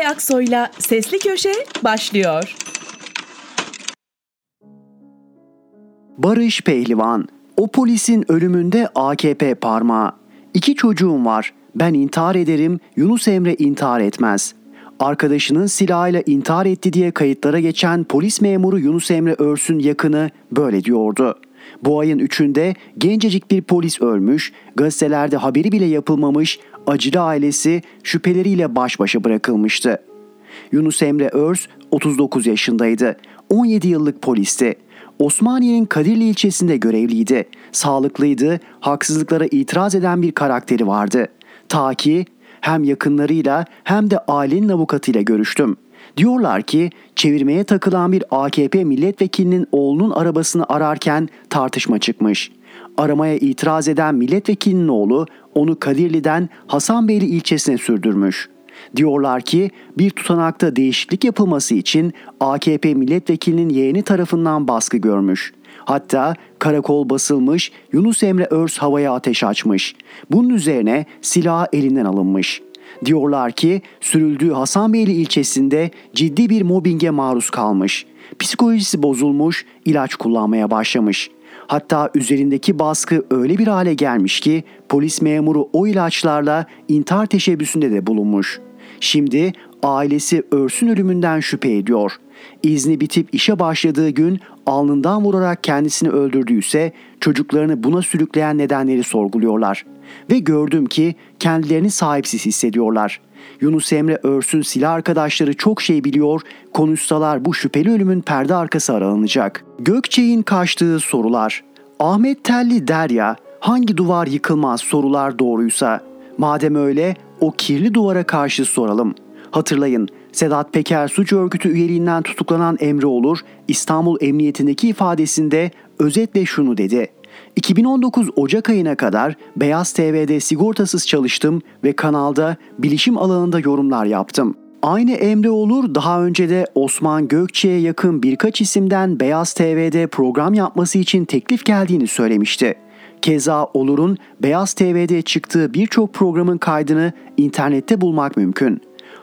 Sevilay Aksoy'la Sesli Köşe başlıyor. Barış Pehlivan, o polisin ölümünde AKP parmağı. 2 çocuğum var, ben intihar ederim, Yunus Emre intihar etmez. Arkadaşının silahıyla intihar etti diye kayıtlara geçen polis memuru Yunus Emre Örs'ün yakını böyle diyordu. Bu ayın 3'ünde gencecik bir polis ölmüş, gazetelerde haberi bile yapılmamış, acılı ailesi şüpheleriyle baş başa bırakılmıştı. Yunus Emre Örs 39 yaşındaydı. 17 yıllık polisti. Osmaniye'nin Kadirli ilçesinde görevliydi. Sağlıklıydı, haksızlıklara itiraz eden bir karakteri vardı. Ta ki hem yakınlarıyla hem de ailenin avukatıyla görüştüm. Diyorlar ki çevirmeye takılan bir AKP milletvekilinin oğlunun arabasını ararken tartışma çıkmış. Aramaya itiraz eden milletvekilinin oğlu onu Kadirli'den Hasanbeyli ilçesine sürdürmüş. Diyorlar ki bir tutanakta değişiklik yapılması için AKP milletvekilinin yeğeni tarafından baskı görmüş. Hatta karakol basılmış, Yunus Emre Örs havaya ateş açmış. Bunun üzerine silah elinden alınmış. Diyorlar ki sürüldüğü Hasanbeyli ilçesinde ciddi bir mobbinge maruz kalmış. Psikolojisi bozulmuş, ilaç kullanmaya başlamış. Hatta üzerindeki baskı öyle bir hale gelmiş ki polis memuru o ilaçlarla intihar teşebbüsünde de bulunmuş. Şimdi ailesi Örs'ün ölümünden şüphe ediyor. İzni bitip işe başladığı gün alnından vurarak kendisini öldürdüyse çocuklarını buna sürükleyen nedenleri sorguluyorlar. Ve gördüm ki kendilerini sahipsiz hissediyorlar. Yunus Emre Örs'ün silah arkadaşları çok şey biliyor, konuşsalar bu şüpheli ölümün perde arkası aranacak. Gökçe'nin kaçtığı sorular. Ahmet Telli der ya, hangi duvar yıkılmaz sorular doğruysa. Madem öyle o kirli duvara karşı soralım. Hatırlayın, Sedat Peker suç örgütü üyeliğinden tutuklanan Emre Olur, İstanbul Emniyetindeki ifadesinde özetle şunu dedi. 2019 Ocak ayına kadar Beyaz TV'de sigortasız çalıştım ve kanalda bilişim alanında yorumlar yaptım. Aynı Emre Olur daha önce de Osman Gökçe'ye yakın birkaç isimden Beyaz TV'de program yapması için teklif geldiğini söylemişti. Keza Olur'un Beyaz TV'de çıktığı birçok programın kaydını internette bulmak mümkün.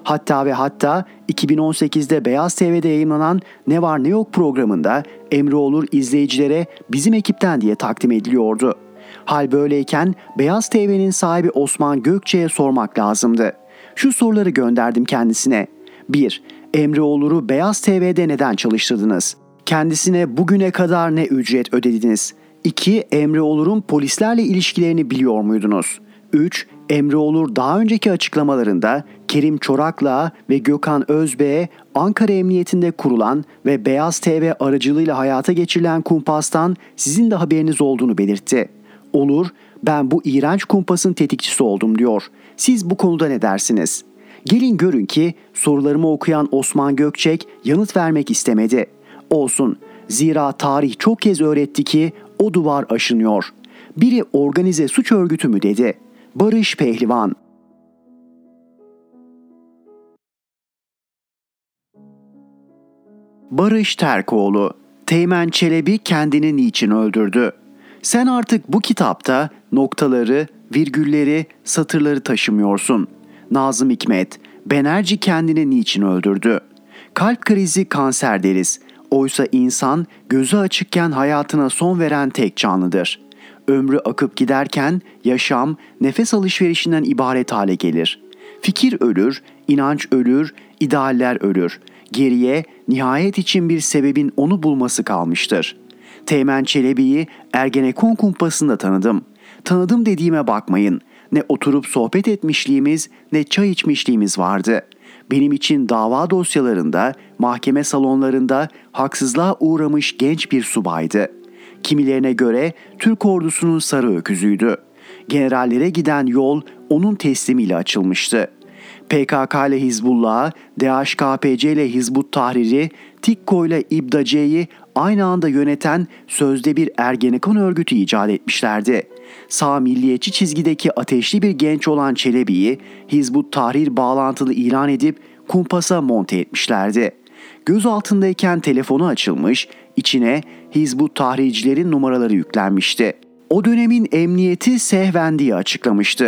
Hatta 2018'de Beyaz TV'de yayınlanan Ne Var Ne Yok programında Emre Olur izleyicilere bizim ekipten diye takdim ediliyordu. Hal böyleyken Beyaz TV'nin sahibi Osman Gökçe'ye sormak lazımdı. Şu soruları gönderdim kendisine. 1. Emre Olur'u Beyaz TV'de neden çalıştırdınız? Kendisine bugüne kadar ne ücret ödediniz? 2. Emre Olur'un polislerle ilişkilerini biliyor muydunuz? 3. Emre Olur daha önceki açıklamalarında Kerim Çorak'la ve Gökhan Özbey'e Ankara Emniyetinde kurulan ve Beyaz TV aracılığıyla hayata geçirilen kumpastan sizin de haberiniz olduğunu belirtti. Olur, ben bu iğrenç kumpasın tetikçisi oldum diyor. Siz bu konuda ne dersiniz? Gelin görün ki sorularımı okuyan Osman Gökçek yanıt vermek istemedi. Olsun, zira tarih çok kez öğretti ki o duvar aşınıyor. Biri organize suç örgütü mü dedi. Barış Pehlivan. Barış Terkoğlu. Teğmen Çelebi kendini niçin öldürdü? Sen artık bu kitapta noktaları, virgülleri, satırları taşımıyorsun. Nazım Hikmet. Benerci kendini niçin öldürdü? Kalp krizi kanser deriz. Oysa insan gözü açıkken hayatına son veren tek canlıdır. Ömrü akıp giderken yaşam nefes alışverişinden ibaret hale gelir. Fikir ölür, inanç ölür, idealler ölür. Geriye nihayet için bir sebebin onu bulması kalmıştır. Teğmen Çelebi'yi Ergenekon kumpasında tanıdım. Tanıdım dediğime bakmayın. Ne oturup sohbet etmişliğimiz ne çay içmişliğimiz vardı. Benim için dava dosyalarında, mahkeme salonlarında haksızlığa uğramış genç bir subaydı. Kimilerine göre Türk ordusunun sarı öküzüydü. Generallere giden yol onun teslimiyle açılmıştı. PKK ile Hizbullah'ı, DHKPC ile Hizbut Tahrir'i, TİKKO ile İBDAC'yi aynı anda yöneten sözde bir Ergenekon örgütü icat etmişlerdi. Sağ milliyetçi çizgideki ateşli bir genç olan Çelebi'yi Hizbut Tahrir bağlantılı ilan edip kumpasa monte etmişlerdi. Göz altındayken telefonu açılmış, içine Hizbut Tahrircilerin numaraları yüklenmişti. O dönemin emniyeti Sehvendi'yi açıklamıştı.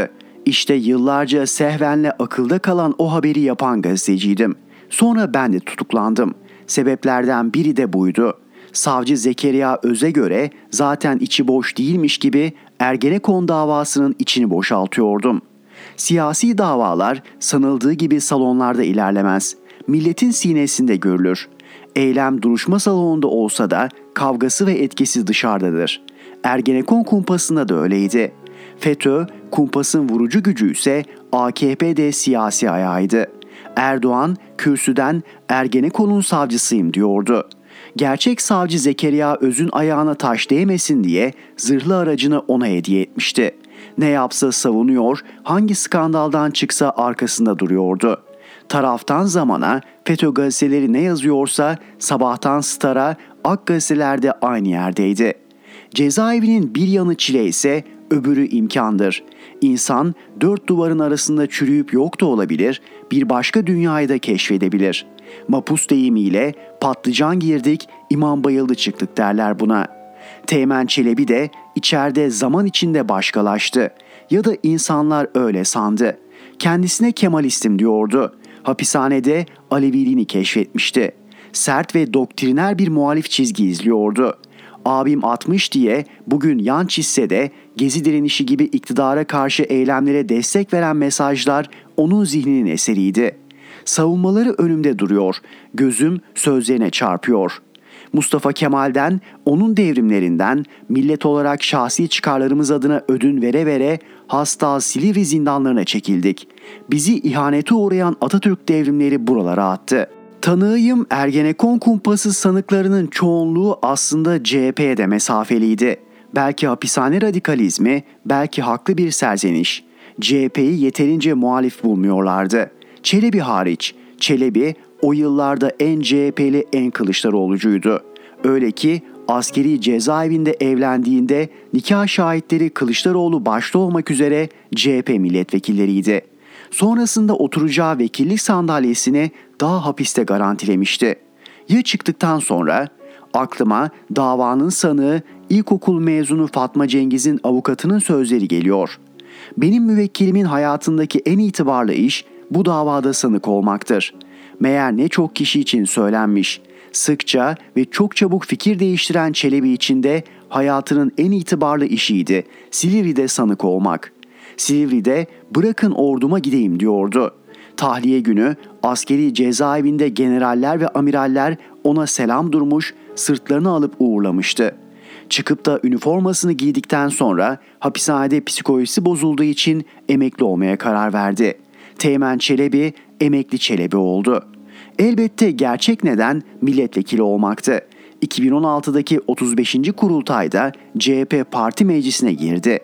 İşte yıllarca sehvenle akılda kalan o haberi yapan gazeteciydim. Sonra ben de tutuklandım. Sebeplerden biri de buydu. Savcı Zekeriya Öz'e göre zaten içi boş değilmiş gibi Ergenekon davasının içini boşaltıyordum. Siyasi davalar sanıldığı gibi salonlarda ilerlemez. Milletin sinesinde görülür. Eylem duruşma salonunda olsa da kavgası ve etkisi dışarıdadır. Ergenekon kumpasında da öyleydi. FETÖ, kumpasın vurucu gücü ise AKP'de siyasi ayağıydı. Erdoğan kürsüden Ergenekon'un savcısıyım diyordu. Gerçek savcı Zekeriya Öz'ün ayağına taş değmesin diye zırhlı aracını ona hediye etmişti. Ne yapsa savunuyor, hangi skandaldan çıksa arkasında duruyordu. Taraftan zamana FETÖ gazeteleri ne yazıyorsa Sabahtan Star'a Ak gazetelerde aynı yerdeydi. Cezaevinin bir yanı çile ise öbürü imkandır. İnsan dört duvarın arasında çürüyüp yok da olabilir, bir başka dünyayı da keşfedebilir. Mapus deyimiyle patlıcan girdik, imam bayıldı çıktık derler buna. Teğmen Çelebi de içeride zaman içinde başkalaştı. Ya da insanlar öyle sandı. Kendisine Kemalistim diyordu. Hapishanede Aleviliğini keşfetmişti. Sert ve doktriner bir muhalif çizgi izliyordu. Abim 60 diye bugün yan çizse de Gezi direnişi gibi iktidara karşı eylemlere destek veren mesajlar onun zihninin eseriydi. Savunmaları önümde duruyor, gözüm sözlerine çarpıyor. Mustafa Kemal'den, onun devrimlerinden, millet olarak şahsi çıkarlarımız adına ödün vere vere hasta Silivri zindanlarına çekildik. Bizi ihanete uğrayan Atatürk devrimleri buralara attı. Tanığıyım, Ergenekon kumpası sanıklarının çoğunluğu aslında CHP'ye de mesafeliydi. Belki hapishane radikalizmi, belki haklı bir serzeniş. CHP'yi yeterince muhalif bulmuyorlardı. Çelebi hariç. Çelebi o yıllarda en CHP'li en Kılıçdaroğlu'cuydu. Öyle ki askeri cezaevinde evlendiğinde nikah şahitleri Kılıçdaroğlu başta olmak üzere CHP milletvekilleriydi. Sonrasında oturacağı vekillik sandalyesini daha hapiste garantilemişti. Ya çıktıktan sonra? Aklıma davanın sanığı ilkokul mezunu Fatma Cengiz'in avukatının sözleri geliyor. Benim müvekkilimin hayatındaki en itibarlı iş bu davada sanık olmaktır. Meğer ne çok kişi için söylenmiş. Sıkça ve çok çabuk fikir değiştiren Çelebi için de hayatının en itibarlı işiydi Silivri'de sanık olmak. Silivri'de bırakın orduma gideyim diyordu. Tahliye günü askeri cezaevinde generaller ve amiraller ona selam durmuş, sırtlarını alıp uğurlamıştı. Çıkıp da üniformasını giydikten sonra hapishanede psikolojisi bozulduğu için emekli olmaya karar verdi. Teğmen Çelebi emekli Çelebi oldu. Elbette gerçek neden milletvekili olmaktı. 2016'daki 35. kurultayda CHP parti meclisine girdi.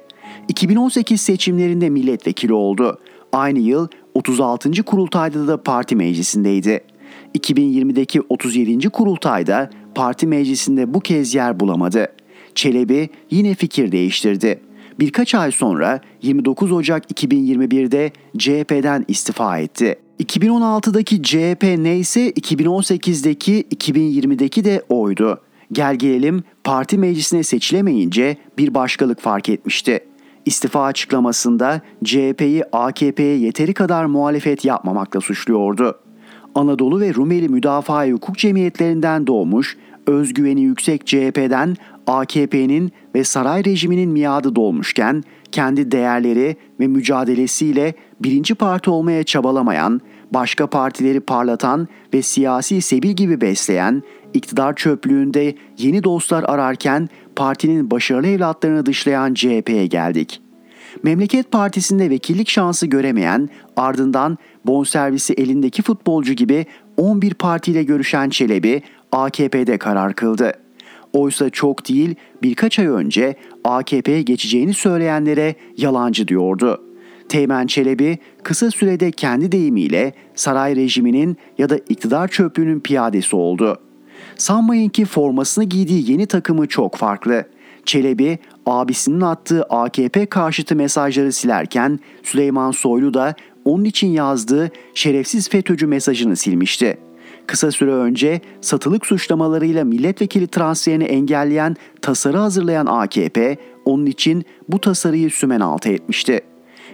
2018 seçimlerinde milletvekili oldu. Aynı yıl 36. kurultayda da parti meclisindeydi. 2020'deki 37. kurultayda parti meclisinde bu kez yer bulamadı. Çelebi yine fikir değiştirdi. Birkaç ay sonra 29 Ocak 2021'de CHP'den istifa etti. 2016'daki CHP neyse 2018'deki 2020'deki de oydu. Gel gelelim parti meclisine seçilemeyince bir başkalık fark etmişti. İstifa açıklamasında CHP'yi AKP'ye yeteri kadar muhalefet yapmamakla suçluyordu. Anadolu ve Rumeli Müdafaa Hukuk Cemiyetlerinden doğmuş, özgüveni yüksek CHP'den AKP'nin ve saray rejiminin miadı dolmuşken kendi değerleri ve mücadelesiyle birinci parti olmaya çabalamayan, başka partileri parlatan ve siyasi sebil gibi besleyen, iktidar çöplüğünde yeni dostlar ararken partinin başarılı evlatlarını dışlayan CHP'ye geldik. Memleket Partisi'nde vekillik şansı göremeyen, ardından bonservisi elindeki futbolcu gibi 11 partiyle görüşen Çelebi AKP'de karar kıldı. Oysa çok değil birkaç ay önce AKP'ye geçeceğini söyleyenlere yalancı diyordu. Teğmen Çelebi kısa sürede kendi deyimiyle saray rejiminin ya da iktidar çöplüğünün piyadesi oldu. Sanmayın ki formasını giydiği yeni takımı çok farklı. Çelebi abisinin attığı AKP karşıtı mesajları silerken Süleyman Soylu da onun için yazdığı şerefsiz FETÖ'cü mesajını silmişti. Kısa süre önce satılık suçlamalarıyla milletvekili transferini engelleyen tasarı hazırlayan AKP onun için bu tasarıyı sümen altı etmişti.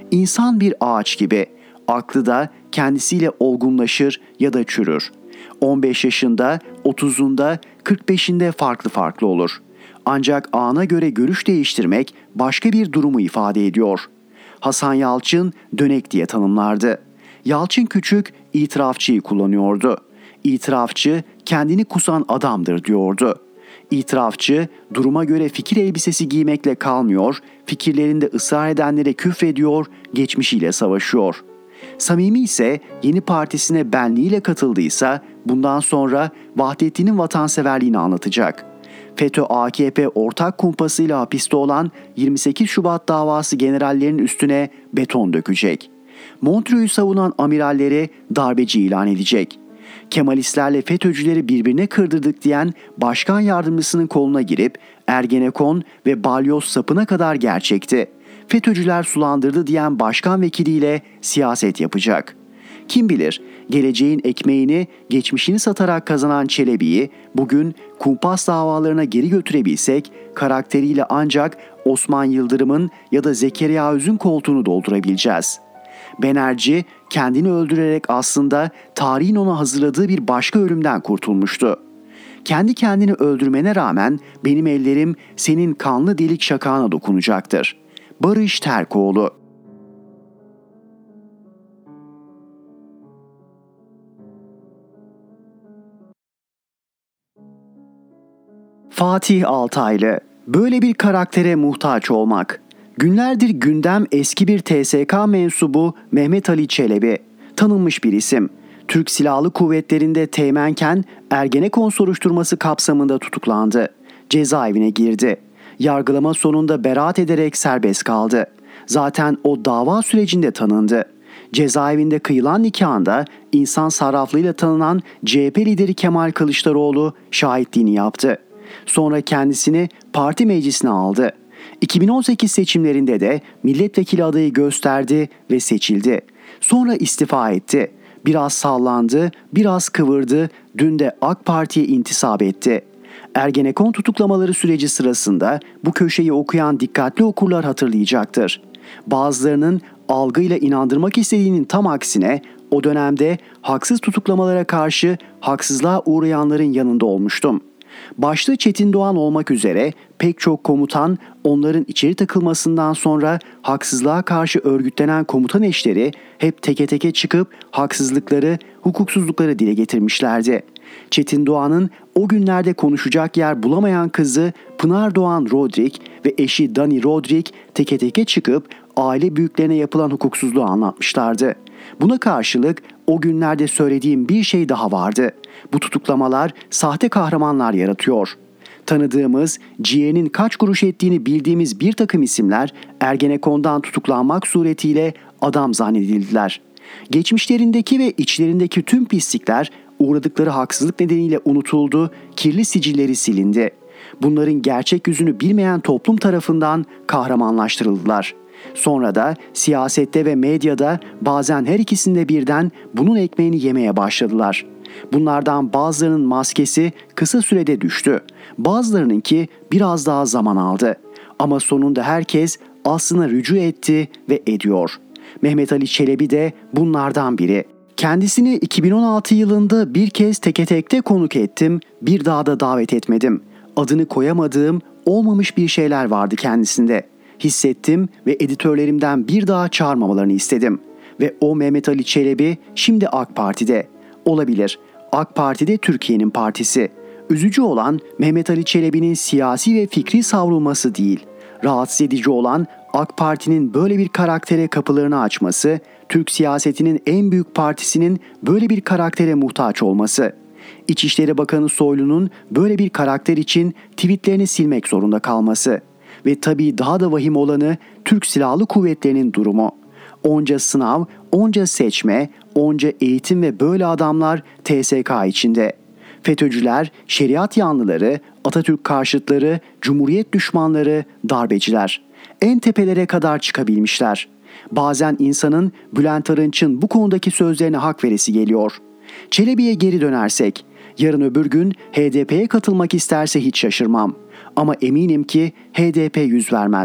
İnsan bir ağaç gibi. Aklı da kendisiyle olgunlaşır ya da çürür. 15 yaşında, 30'unda, 45'inde farklı olur. Ancak ana göre görüş değiştirmek başka bir durumu ifade ediyor. Hasan Yalçın dönek diye tanımlardı. Yalçın Küçük itirafçıyı kullanıyordu. İtirafçı kendini kusan adamdır diyordu. İtirafçı duruma göre fikir elbisesi giymekle kalmıyor, fikirlerinde ısrar edenlere küfrediyor, geçmişiyle savaşıyor. Samimi ise yeni partisine benliğiyle katıldıysa bundan sonra Vahdettin'in vatanseverliğini anlatacak. FETÖ-AKP ortak kumpasıyla hapiste olan 28 Şubat davası generallerinin üstüne beton dökecek. Montreux'u savunan amiralleri darbeci ilan edecek. Kemalistlerle FETÖ'cüleri birbirine kırdırdık diyen başkan yardımcısının koluna girip Ergenekon ve balyoz sapına kadar gerçekti. FETÖ'cüler sulandırdı diyen başkan vekiliyle siyaset yapacak. Kim bilir geleceğin ekmeğini geçmişini satarak kazanan Çelebi'yi bugün kumpas davalarına geri götürebilsek karakteriyle ancak Osman Yıldırım'ın ya da Zekeriya Öz'ün koltuğunu doldurabileceğiz. Benerci kendini öldürerek aslında tarihin ona hazırladığı bir başka ölümden kurtulmuştu. Kendi kendini öldürmene rağmen benim ellerim senin kanlı delik şakağına dokunacaktır. Barış Terkoğlu. Fatih Altaylı. Böyle bir karaktere muhtaç olmak. Günlerdir gündem eski bir TSK mensubu Mehmet Ali Çelebi. Tanınmış bir isim. Türk Silahlı Kuvvetleri'nde teğmenken Ergenekon soruşturması kapsamında tutuklandı. Cezaevine girdi. Yargılama sonunda beraat ederek serbest kaldı. Zaten o dava sürecinde tanındı. Cezaevinde kıyılan nikahında insan sarraflığıyla tanınan CHP lideri Kemal Kılıçdaroğlu şahitliğini yaptı. Sonra kendisini parti meclisine aldı. 2018 seçimlerinde de milletvekili adayı gösterdi ve seçildi. Sonra istifa etti. Biraz sallandı, biraz kıvırdı, dün de AK Parti'ye intisap etti. Ergenekon tutuklamaları süreci sırasında bu köşeyi okuyan dikkatli okurlar hatırlayacaktır. Bazılarının algıyla inandırmak istediğinin tam aksine o dönemde haksız tutuklamalara karşı haksızlığa uğrayanların yanında olmuştum. Başta Çetin Doğan olmak üzere pek çok komutan onların içeri takılmasından sonra haksızlığa karşı örgütlenen komutan eşleri hep teke teke çıkıp haksızlıkları, hukuksuzlukları dile getirmişlerdi. Çetin Doğan'ın o günlerde konuşacak yer bulamayan kızı Pınar Doğan Rodrik ve eşi Dani Rodrik teke teke çıkıp aile büyüklerine yapılan hukuksuzluğu anlatmışlardı. Buna karşılık o günlerde söylediğim bir şey daha vardı. Bu tutuklamalar sahte kahramanlar yaratıyor. Tanıdığımız, ciğerinin kaç kuruş ettiğini bildiğimiz bir takım isimler Ergenekon'dan tutuklanmak suretiyle adam zannedildiler. Geçmişlerindeki ve içlerindeki tüm pislikler uğradıkları haksızlık nedeniyle unutuldu, kirli sicilleri silindi. Bunların gerçek yüzünü bilmeyen toplum tarafından kahramanlaştırıldılar. Sonra da siyasette ve medyada bazen her ikisinde birden bunun ekmeğini yemeye başladılar. Bunlardan bazılarının maskesi kısa sürede düştü. Bazılarınınki biraz daha zaman aldı. Ama sonunda herkes aslına rücu etti ve ediyor. Mehmet Ali Çelebi de bunlardan biri. Kendisini 2016 yılında bir kez teke tekte konuk ettim, bir daha da davet etmedim. Adını koyamadığım, olmamış bir şeyler vardı kendisinde. Hissettim ve editörlerimden bir daha çağırmamalarını istedim. Ve o Mehmet Ali Çelebi şimdi AK Parti'de. Olabilir. AK Parti'de Türkiye'nin partisi. Üzücü olan Mehmet Ali Çelebi'nin siyasi ve fikri savrulması değil. Rahatsız edici olan AK Parti'nin böyle bir karaktere kapılarını açması, Türk siyasetinin en büyük partisinin böyle bir karaktere muhtaç olması. İçişleri Bakanı Soylu'nun böyle bir karakter için tweetlerini silmek zorunda kalması. Ve tabii daha da vahim olanı Türk Silahlı Kuvvetleri'nin durumu. Onca sınav, onca seçme, onca eğitim ve böyle adamlar TSK içinde. FETÖ'cüler, şeriat yanlıları, Atatürk karşıtları, Cumhuriyet düşmanları, darbeciler. En tepelere kadar çıkabilmişler. Bazen insanın Bülent Arınç'ın bu konudaki sözlerine hak veresi geliyor. Çelebi'ye geri dönersek, yarın öbür gün HDP'ye katılmak isterse hiç şaşırmam. Ama eminim ki HDP yüz vermez.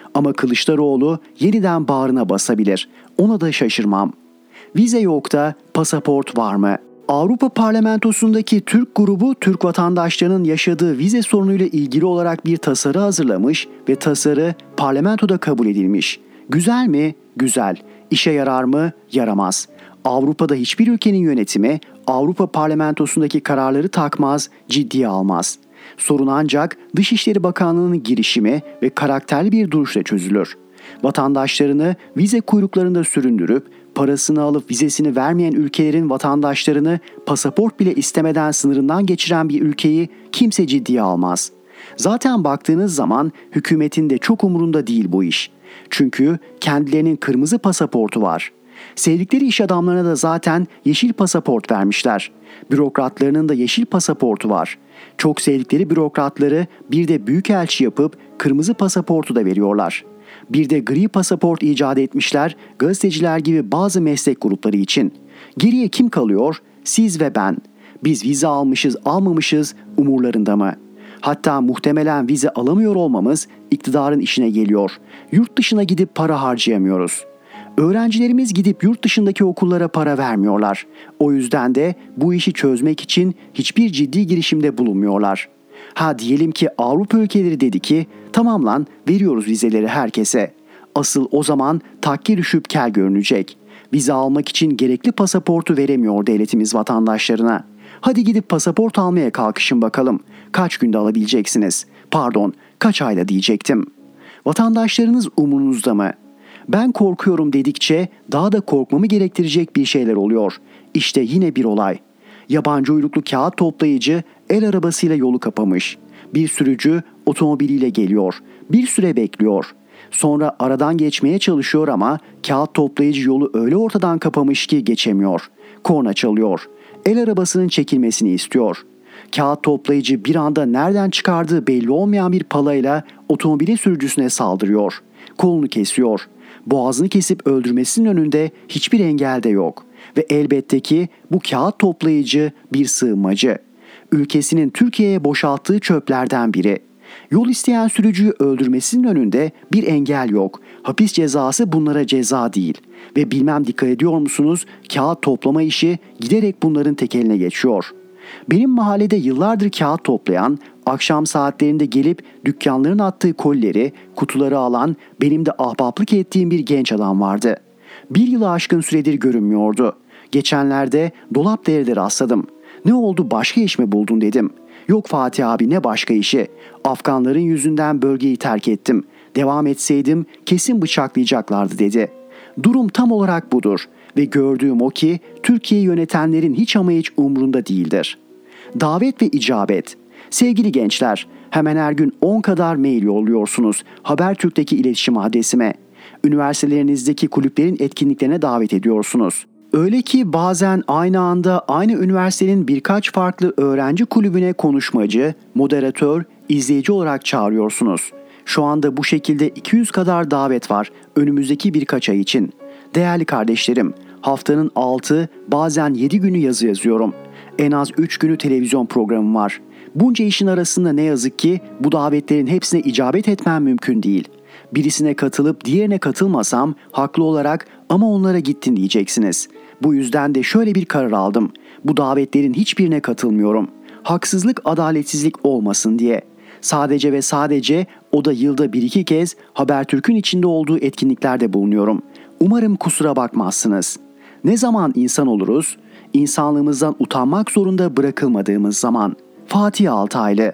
Ama Kılıçdaroğlu yeniden bağrına basabilir. Ona da şaşırmam. Vize yok da pasaport var mı? Avrupa Parlamentosu'ndaki Türk grubu Türk vatandaşlarının yaşadığı vize sorunuyla ilgili olarak bir tasarı hazırlamış ve tasarı parlamentoda kabul edilmiş. Güzel mi? Güzel. İşe yarar mı? Yaramaz. Avrupa'da hiçbir ülkenin yönetimi Avrupa Parlamentosu'ndaki kararları takmaz, ciddiye almaz. Sorun ancak Dışişleri Bakanlığı'nın girişimi ve karakterli bir duruşla çözülür. Vatandaşlarını vize kuyruklarında süründürüp parasını alıp vizesini vermeyen ülkelerin vatandaşlarını pasaport bile istemeden sınırından geçiren bir ülkeyi kimse ciddiye almaz. Zaten baktığınız zaman hükümetin de çok umurunda değil bu iş. Çünkü kendilerinin kırmızı pasaportu var. Sevdikleri iş adamlarına da zaten yeşil pasaport vermişler. Bürokratlarının da yeşil pasaportu var. Çok sevdikleri bürokratları bir de büyükelçi yapıp kırmızı pasaportu da veriyorlar. Bir de gri pasaport icat etmişler gazeteciler gibi bazı meslek grupları için. Geriye kim kalıyor? Siz ve ben. Biz vize almışız almamışız umurlarında mı? Hatta muhtemelen vize alamıyor olmamız iktidarın işine geliyor. Yurt dışına gidip para harcayamıyoruz. Öğrencilerimiz gidip yurt dışındaki okullara para vermiyorlar. O yüzden de bu işi çözmek için hiçbir ciddi girişimde bulunmuyorlar. Ha diyelim ki Avrupa ülkeleri dedi ki tamam lan veriyoruz vizeleri herkese. Asıl o zaman takke düşüp kel görünecek. Vize almak için gerekli pasaportu veremiyor devletimiz vatandaşlarına. Hadi gidip pasaport almaya kalkışın bakalım. Kaç günde alabileceksiniz? Pardon, kaç ayda diyecektim. Vatandaşlarınız umurunuzda mı? Ben korkuyorum dedikçe daha da korkmamı gerektirecek bir şeyler oluyor. İşte yine bir olay. Yabancı uyruklu kağıt toplayıcı el arabasıyla yolu kapamış. Bir sürücü otomobiliyle geliyor. Bir süre bekliyor. Sonra aradan geçmeye çalışıyor ama kağıt toplayıcı yolu öyle ortadan kapamış ki geçemiyor. Korna çalıyor. El arabasının çekilmesini istiyor. Kağıt toplayıcı bir anda nereden çıkardığı belli olmayan bir palayla otomobilin sürücüsüne saldırıyor. Kolunu kesiyor. Boğazını kesip öldürmesinin önünde hiçbir engel de yok. Ve elbette ki bu kağıt toplayıcı bir sığınmacı. Ülkesinin Türkiye'ye boşalttığı çöplerden biri. Yol isteyen sürücüyü öldürmesinin önünde bir engel yok. Hapis cezası bunlara ceza değil. Ve bilmem dikkat ediyor musunuz, kağıt toplama işi giderek bunların tekeline geçiyor. Benim mahallede yıllardır kağıt toplayan, akşam saatlerinde gelip dükkanların attığı kolileri, kutuları alan, benim de ahbaplık ettiğim bir genç adam vardı. Bir yılı aşkın süredir görünmüyordu. Geçenlerde Dolapdere'de rastladım. Ne oldu, başka iş mi buldun dedim. Yok Fatih abi, ne başka işi. Afganların yüzünden bölgeyi terk ettim. Devam etseydim kesin bıçaklayacaklardı dedi. Durum tam olarak budur ve gördüğüm o ki Türkiye'yi yönetenlerin hiç ama hiç umrunda değildir. Davet ve icabet. Sevgili gençler, hemen her gün 10 kadar mail yolluyorsunuz Habertürk'teki iletişim adresime. Üniversitelerinizdeki kulüplerin etkinliklerine davet ediyorsunuz. Öyle ki bazen aynı anda aynı üniversitenin birkaç farklı öğrenci kulübüne konuşmacı, moderatör, izleyici olarak çağırıyorsunuz. Şu anda bu şekilde 200 kadar davet var önümüzdeki birkaç ay için. Değerli kardeşlerim, haftanın 6 bazen 7 günü yazı yazıyorum. En az 3 günü televizyon programım var. Bunca işin arasında ne yazık ki bu davetlerin hepsine icabet etmem mümkün değil. Birisine katılıp diğerine katılmasam haklı olarak ama onlara gittin diyeceksiniz. Bu yüzden de şöyle bir karar aldım. Bu davetlerin hiçbirine katılmıyorum. Haksızlık, adaletsizlik olmasın diye. Sadece ve sadece o da yılda 1-2 kez Habertürk'ün içinde olduğu etkinliklerde bulunuyorum. Umarım kusura bakmazsınız. Ne zaman insan oluruz? İnsanlığımızdan utanmak zorunda bırakılmadığımız zaman. Fatih Altaylı.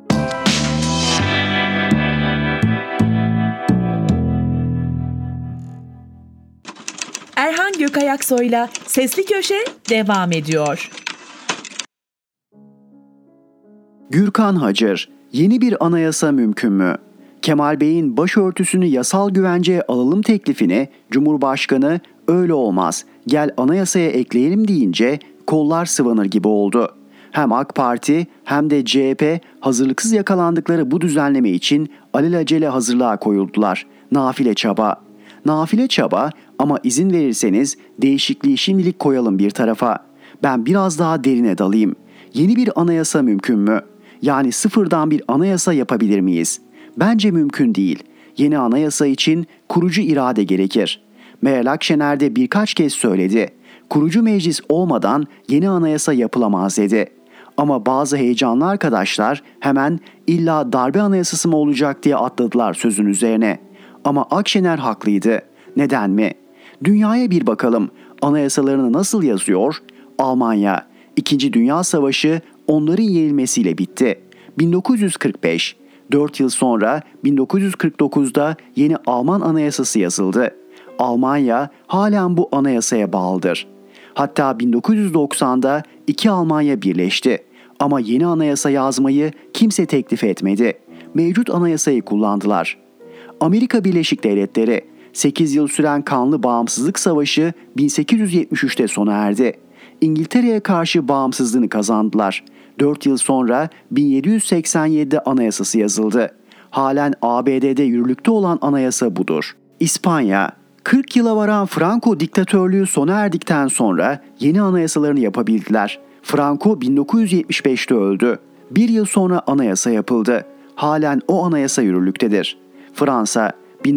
Erhan Gökayaksoy'la Sesli Köşe devam ediyor. Gürkan Hacır, yeni bir anayasa mümkün mü? Kemal Bey'in başörtüsünü yasal güvenceye alalım teklifini Cumhurbaşkanı öyle olmaz, gel anayasaya ekleyelim deyince kollar sıvanır gibi oldu. Hem AK Parti hem de CHP hazırlıksız yakalandıkları bu düzenleme için alelacele hazırlığa koyuldular. Nafile çaba. Nafile çaba ama izin verirseniz değişikliği şimdilik koyalım bir tarafa. Ben biraz daha derine dalayım. Yeni bir anayasa mümkün mü? Yani sıfırdan bir anayasa yapabilir miyiz? Bence mümkün değil. yeni anayasa için kurucu irade gerekir. Meral Akşener de birkaç kez söyledi. Kurucu meclis olmadan yeni anayasa yapılamaz dedi. Ama bazı heyecanlı arkadaşlar hemen illa darbe anayasası mı olacak diye atladılar sözün üzerine. Ama Akşener haklıydı. Neden mi? Dünyaya bir bakalım. Anayasalarını nasıl yazıyor? Almanya. İkinci Dünya Savaşı onların yenilmesiyle bitti. 1945. 4 yıl sonra 1949'da yeni Alman Anayasası yazıldı. Almanya halen bu anayasaya bağlıdır. Hatta 1990'da iki Almanya birleşti. Ama yeni anayasa yazmayı kimse teklif etmedi. Mevcut anayasayı kullandılar. Amerika Birleşik Devletleri 8 yıl süren kanlı bağımsızlık savaşı 1873'te sona erdi. İngiltere'ye karşı bağımsızlığını kazandılar. 4 yıl sonra 1787'de anayasası yazıldı. Halen ABD'de yürürlükte olan anayasa budur. İspanya, 40 yıla varan Franco diktatörlüğü sona erdikten sonra yeni anayasalarını yapabildiler. Franco 1975'te öldü. Bir yıl sonra anayasa yapıldı. Halen o anayasa yürürlüktedir. Fransa,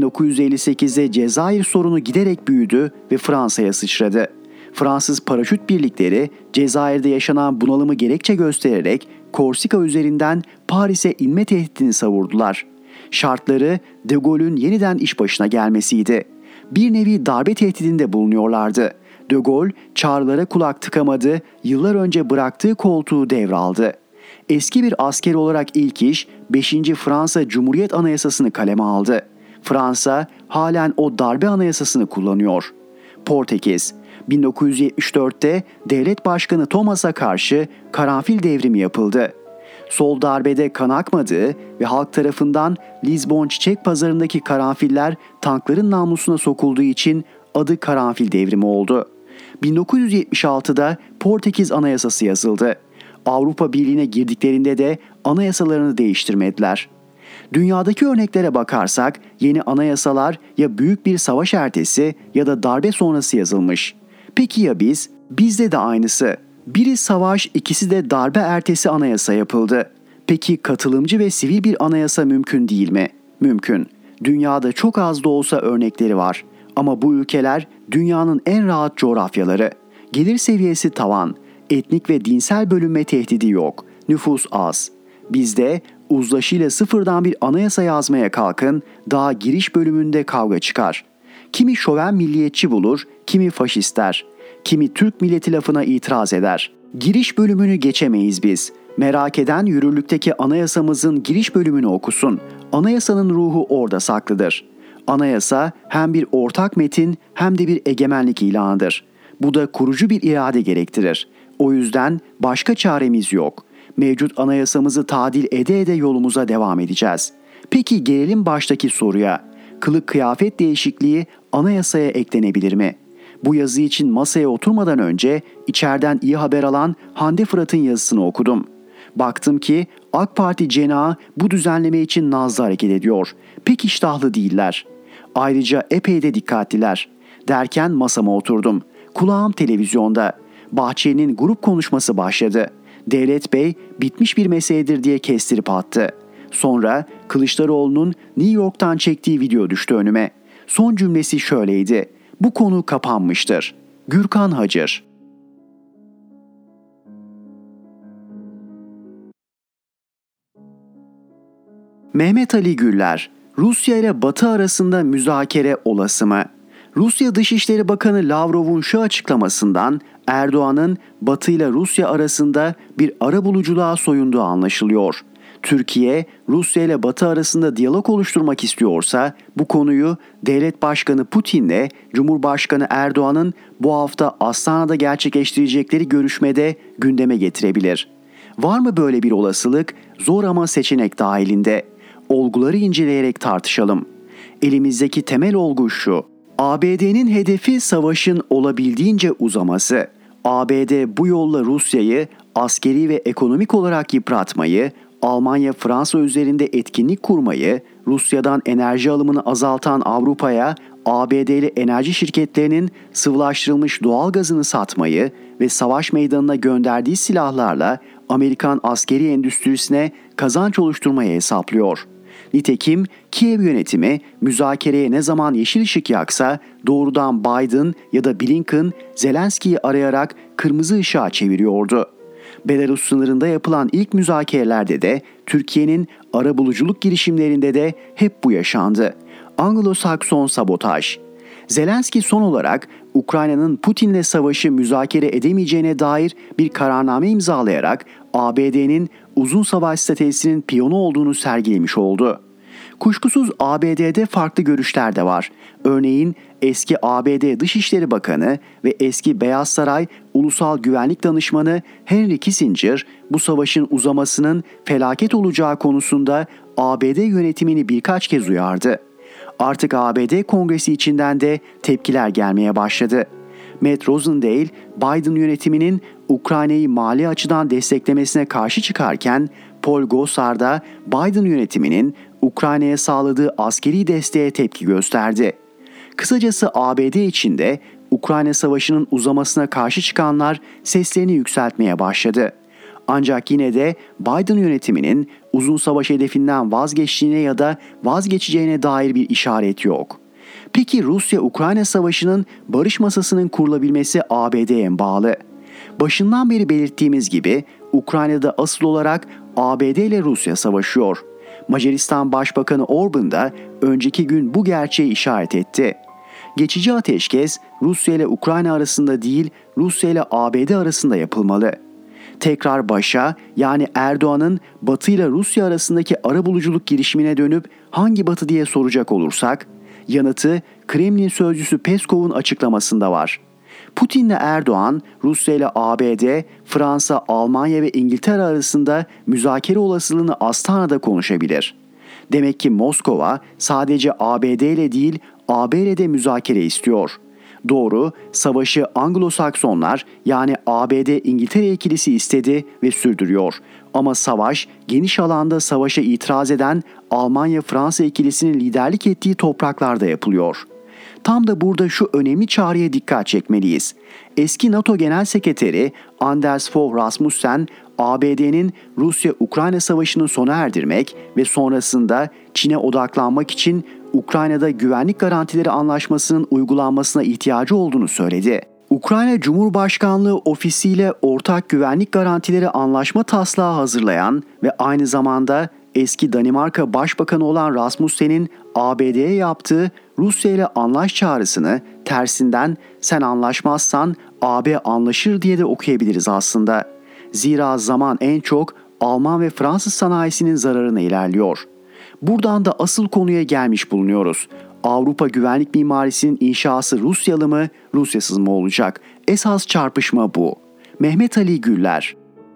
1958'de Cezayir sorunu giderek büyüdü ve Fransa'ya sıçradı. Fransız paraşüt birlikleri Cezayir'de yaşanan bunalımı gerekçe göstererek Korsika üzerinden Paris'e inme tehdidini savurdular. Şartları De Gaulle'ün yeniden iş başına gelmesiydi. Bir nevi darbe tehdidinde bulunuyorlardı. De Gaulle çağrılara kulak tıkamadı, yıllar önce bıraktığı koltuğu devraldı. Eski bir asker olarak ilk iş 5. Fransa Cumhuriyet Anayasası'nı kaleme aldı. Fransa halen o darbe anayasasını kullanıyor. Portekiz, 1974'te devlet başkanı Thomas'a karşı karanfil devrimi yapıldı. Sol darbede kan akmadığı ve halk tarafından Lizbon Çiçek Pazarı'ndaki karanfiller tankların namlusuna sokulduğu için adı karanfil devrimi oldu. 1976'da Portekiz Anayasası yazıldı. Avrupa Birliği'ne girdiklerinde de anayasalarını değiştirmediler. Dünyadaki örneklere bakarsak yeni anayasalar ya büyük bir savaş ertesi ya da darbe sonrası yazılmış. Peki ya biz? Bizde de aynısı. Biri savaş, ikisi de darbe ertesi anayasa yapıldı. Peki katılımcı ve sivil bir anayasa mümkün değil mi? Mümkün. Dünyada çok az da olsa örnekleri var. Ama bu ülkeler dünyanın en rahat coğrafyaları. Gelir seviyesi tavan. Etnik ve dinsel bölünme tehdidi yok. Nüfus az. Bizde uzlaşıyla sıfırdan bir anayasa yazmaya kalkın, daha giriş bölümünde kavga çıkar. Kimi şoven milliyetçi bulur, kimi faşistler. Kimi Türk milleti lafına itiraz eder. Giriş bölümünü geçemeyiz biz. Merak eden yürürlükteki anayasamızın giriş bölümünü okusun. Anayasanın ruhu orada saklıdır. Anayasa hem bir ortak metin hem de bir egemenlik ilanıdır. Bu da kurucu bir irade gerektirir. O yüzden başka çaremiz yok. Mevcut anayasamızı tadil ede ede yolumuza devam edeceğiz. Peki gelelim baştaki soruya. Kılık kıyafet değişikliği anayasaya eklenebilir mi? Bu yazı için masaya oturmadan önce içeriden iyi haber alan Hande Fırat'ın yazısını okudum. Baktım ki AK Parti cenahı bu düzenleme için nazlı hareket ediyor. Pek iştahlı değiller. Ayrıca epey de dikkatliler. Derken masama oturdum. Kulağım televizyonda. Bahçeli'nin grup konuşması başladı. Devlet Bey bitmiş bir meseledir diye kestirip attı. Sonra Kılıçdaroğlu'nun New York'tan çektiği video düştü önüme. Son cümlesi şöyleydi. Bu konu kapanmıştır. Gürkan Hacır. Mehmet Ali Güller, Rusya ile Batı arasında müzakere olası mı? Rusya Dışişleri Bakanı Lavrov'un şu açıklamasından Erdoğan'ın Batı ile Rusya arasında bir arabuluculuğa soyunduğu anlaşılıyor. Türkiye, Rusya ile Batı arasında diyalog oluşturmak istiyorsa bu konuyu Devlet Başkanı Putin'le Cumhurbaşkanı Erdoğan'ın bu hafta Astana'da gerçekleştirecekleri görüşmede gündeme getirebilir. Var mı böyle bir olasılık? Zor ama seçenek dahilinde. Olguları inceleyerek tartışalım. Elimizdeki temel olgu şu. ABD'nin hedefi savaşın olabildiğince uzaması. ABD bu yolla Rusya'yı askeri ve ekonomik olarak yıpratmayı, Almanya, Fransa üzerinde etkinlik kurmayı, Rusya'dan enerji alımını azaltan Avrupa'ya ABD'li enerji şirketlerinin sıvılaştırılmış doğal gazını satmayı ve savaş meydanına gönderdiği silahlarla Amerikan askeri endüstrisine kazanç oluşturmayı hesaplıyor. Nitekim Kiev yönetimi müzakereye ne zaman yeşil ışık yaksa doğrudan Biden ya da Blinken Zelenski'yi arayarak kırmızı ışığa çeviriyordu. Belarus sınırında yapılan ilk müzakerelerde de Türkiye'nin arabuluculuk girişimlerinde de hep bu yaşandı. Anglo-Sakson sabotaj. Zelenski son olarak Ukrayna'nın Putin'le savaşı müzakere edemeyeceğine dair bir kararname imzalayarak ABD'nin uzun savaş stratejisinin piyonu olduğunu sergilemiş oldu. Kuşkusuz ABD'de farklı görüşler de var. Örneğin eski ABD Dışişleri Bakanı ve eski Beyaz Saray Ulusal Güvenlik Danışmanı Henry Kissinger bu savaşın uzamasının felaket olacağı konusunda ABD yönetimini birkaç kez uyardı. Artık ABD Kongresi içinden de tepkiler gelmeye başladı. Matt Rosendale, Biden yönetiminin Ukrayna'yı mali açıdan desteklemesine karşı çıkarken, Paul Gosar da Biden yönetiminin Ukrayna'ya sağladığı askeri desteğe tepki gösterdi. Kısacası ABD içinde Ukrayna Savaşı'nın uzamasına karşı çıkanlar seslerini yükseltmeye başladı. Ancak yine de Biden yönetiminin uzun savaş hedefinden vazgeçtiğine ya da vazgeçeceğine dair bir işaret yok. Peki Rusya-Ukrayna Savaşı'nın barış masasının kurulabilmesi ABD'ye mi bağlı? Başından beri belirttiğimiz gibi Ukrayna'da asıl olarak ABD ile Rusya savaşıyor. Macaristan Başbakanı Orban da önceki gün bu gerçeği işaret etti. Geçici ateşkes Rusya ile Ukrayna arasında değil, Rusya ile ABD arasında yapılmalı. Tekrar başa, yani Erdoğan'ın Batı ile Rusya arasındaki arabuluculuk girişimine dönüp hangi Batı diye soracak olursak, yanıtı Kremlin sözcüsü Peskov'un açıklamasında var. Putin'le Erdoğan, Rusya ile ABD, Fransa, Almanya ve İngiltere arasında müzakere olasılığını Astana'da konuşabilir. Demek ki Moskova sadece ABD ile değil, AB ile de müzakere istiyor. Doğru, savaşı Anglo-Saksonlar yani ABD-İngiltere ikilisi istedi ve sürdürüyor. Ama savaş geniş alanda savaşa itiraz eden Almanya-Fransa ikilisinin liderlik ettiği topraklarda yapılıyor. Tam da burada şu önemli çağrıya dikkat çekmeliyiz. Eski NATO Genel Sekreteri Anders Fogh Rasmussen, ABD'nin Rusya-Ukrayna savaşını sona erdirmek ve sonrasında Çin'e odaklanmak için Ukrayna'da güvenlik garantileri anlaşmasının uygulanmasına ihtiyacı olduğunu söyledi. Ukrayna Cumhurbaşkanlığı Ofisi ile ortak güvenlik garantileri anlaşma taslağı hazırlayan ve aynı zamanda eski Danimarka Başbakanı olan Rasmussen'in ABD'ye yaptığı Rusya ile anlaş çağrısını tersinden sen anlaşmazsan AB anlaşır diye de okuyabiliriz aslında. Zira zaman en çok Alman ve Fransız sanayisinin zararına ilerliyor. Buradan da asıl konuya gelmiş bulunuyoruz. Avrupa güvenlik mimarisinin inşası Rusyalı mı, Rusyasız mı olacak? Esas çarpışma bu. Mehmet Ali Güller.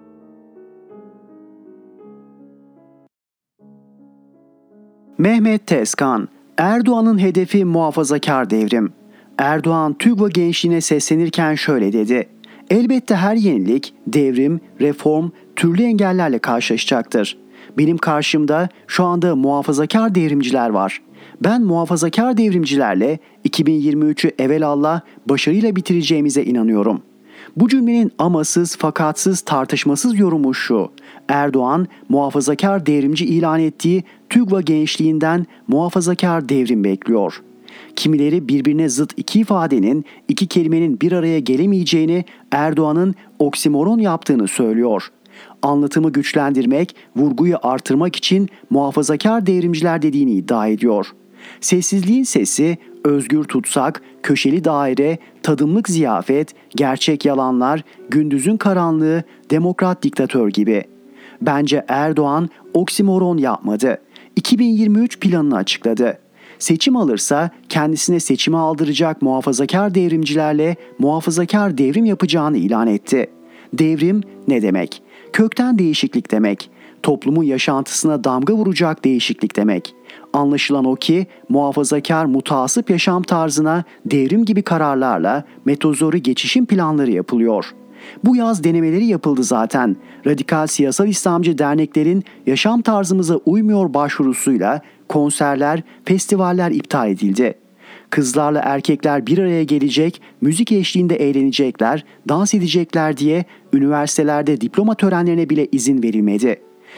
Mehmet Tezkan, Erdoğan'ın hedefi muhafazakar devrim. Erdoğan TÜGVA gençliğine seslenirken şöyle dedi. Elbette her yenilik, devrim, reform türlü engellerle karşılaşacaktır. Benim karşımda şu anda muhafazakar devrimciler var. Ben muhafazakar devrimcilerle 2023'ü evelallah başarıyla bitireceğimize inanıyorum. Bu cümlenin amasız, fakatsız, tartışmasız yorumu şu. Erdoğan muhafazakar devrimci ilan ettiği TÜGVA gençliğinden muhafazakar devrim bekliyor. Kimileri birbirine zıt iki ifadenin, iki kelimenin bir araya gelemeyeceğini, Erdoğan'ın oksimoron yaptığını söylüyor. Anlatımı güçlendirmek, vurguyu artırmak için muhafazakar devrimciler dediğini iddia ediyor. Sessizliğin sesi, özgür tutsak, köşeli daire, tadımlık ziyafet, gerçek yalanlar, gündüzün karanlığı, demokrat diktatör gibi. Bence Erdoğan oksimoron yapmadı. 2023 planını açıkladı. Seçim alırsa kendisine seçimi aldıracak muhafazakar devrimcilerle muhafazakar devrim yapacağını ilan etti. Devrim ne demek? Kökten değişiklik demek. Toplumun yaşantısına damga vuracak değişiklik demek. Anlaşılan o ki muhafazakar mutasip yaşam tarzına devrim gibi kararlarla metozori geçişim planları yapılıyor. Bu yaz denemeleri yapıldı zaten. Radikal siyasal İslamcı derneklerin yaşam tarzımıza uymuyor başvurusuyla konserler, festivaller iptal edildi. Kızlarla erkekler bir araya gelecek, müzik eşliğinde eğlenecekler, dans edecekler diye üniversitelerde diploma törenlerine bile izin verilmedi.